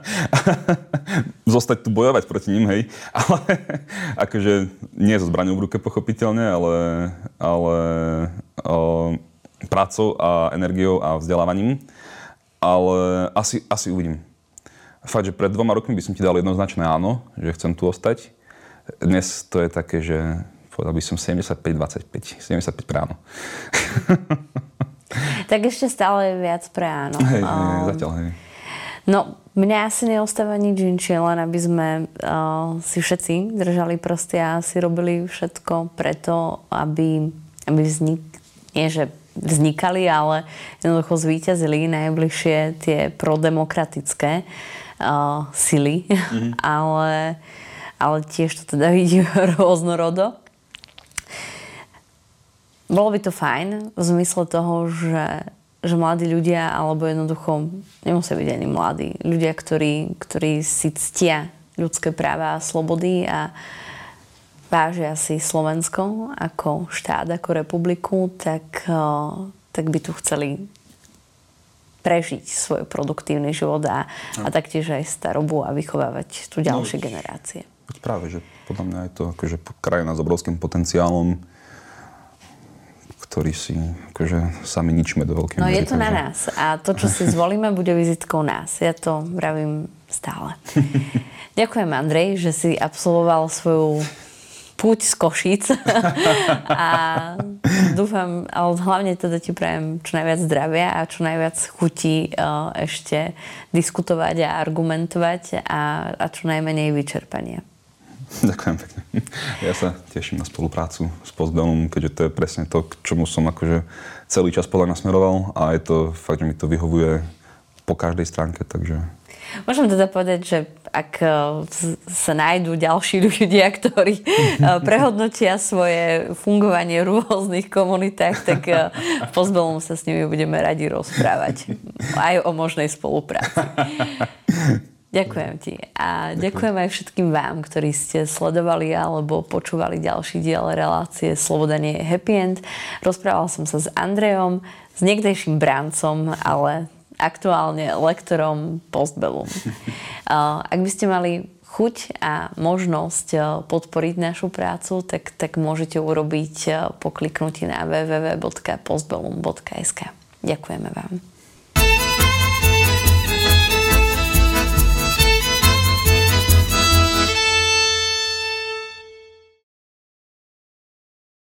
zostať tu bojovať proti ním, hej. Ale akože nie so zbraňou v ruke pochopiteľne, ale, ale o, prácou a energiou a vzdelávaním. Ale asi, asi uvidím. Fakt, že pred dvoma rokmi by som ti dal jednoznačné áno, že chcem tu ostať. Dnes to je také, že povedal by som sedemdesiatpäť dvadsaťpäť. sedemdesiatpäť pre áno. Tak ešte stále je viac pre áno. Hej, hej, zatiaľ hej. No, mňa asi neostáva nič inšie, len aby sme uh, si všetci držali prsty a si robili všetko preto, aby, aby vznik, nie že vznikali, ale jednoducho zvíťazili najbližšie tie prodemokratické uh, sily. Mm-hmm. ale ale tiež to teda vidím rôznorodo. Bolo by to fajn v zmysle toho, že, že mladí ľudia, alebo jednoducho nemusia byť ani mladí, ľudia, ktorí, ktorí si ctia ľudské práva a slobody a vážia si Slovensko ako štát, ako republiku, tak, tak by tu chceli prežiť svoj produktívny život a, a taktiež aj starobu a vychovávať tu ďalšie no, generácie. Veď práve, že podľa mňa je to akože krajina s obrovským potenciálom, ktorý si akože sami ničíme do veľkej No miery. je to takže... na nás. A to, čo si zvolíme, bude vizitkou nás. Ja to vravím stále. Ďakujem, Andrej, že si absolvoval svoju púť z Košíc. A dúfam, ale hlavne teda ti prajem čo najviac zdravia a čo najviac chutí uh, ešte diskutovať a argumentovať a, a čo najmenej vyčerpania. Ďakujem pekne. Ja sa teším na spoluprácu s Postbellum, keďže to je presne to, k čomu som akože celý čas podľa mňa smeroval a je to fakt, že mi to vyhovuje po každej stránke, takže... Môžem teda povedať, že ak sa nájdú ďalší ľudia, ktorí prehodnotia svoje fungovanie v rôznych komunitách, tak v Postbellum sa s nimi budeme radi rozprávať. Aj o možnej spolupráci. Ďakujem ti. A ďakujem aj všetkým vám, ktorí ste sledovali alebo počúvali ďalší diel relácie Sloboda nie je happy end. Rozprával som sa s Andrejom, s niekdejším brancom, ale aktuálne lektorom Postbellum. Ak by ste mali chuť a možnosť podporiť našu prácu, tak, tak môžete urobiť po kliknutí na w w w bodka postbellum bodka es ka. Ďakujeme vám.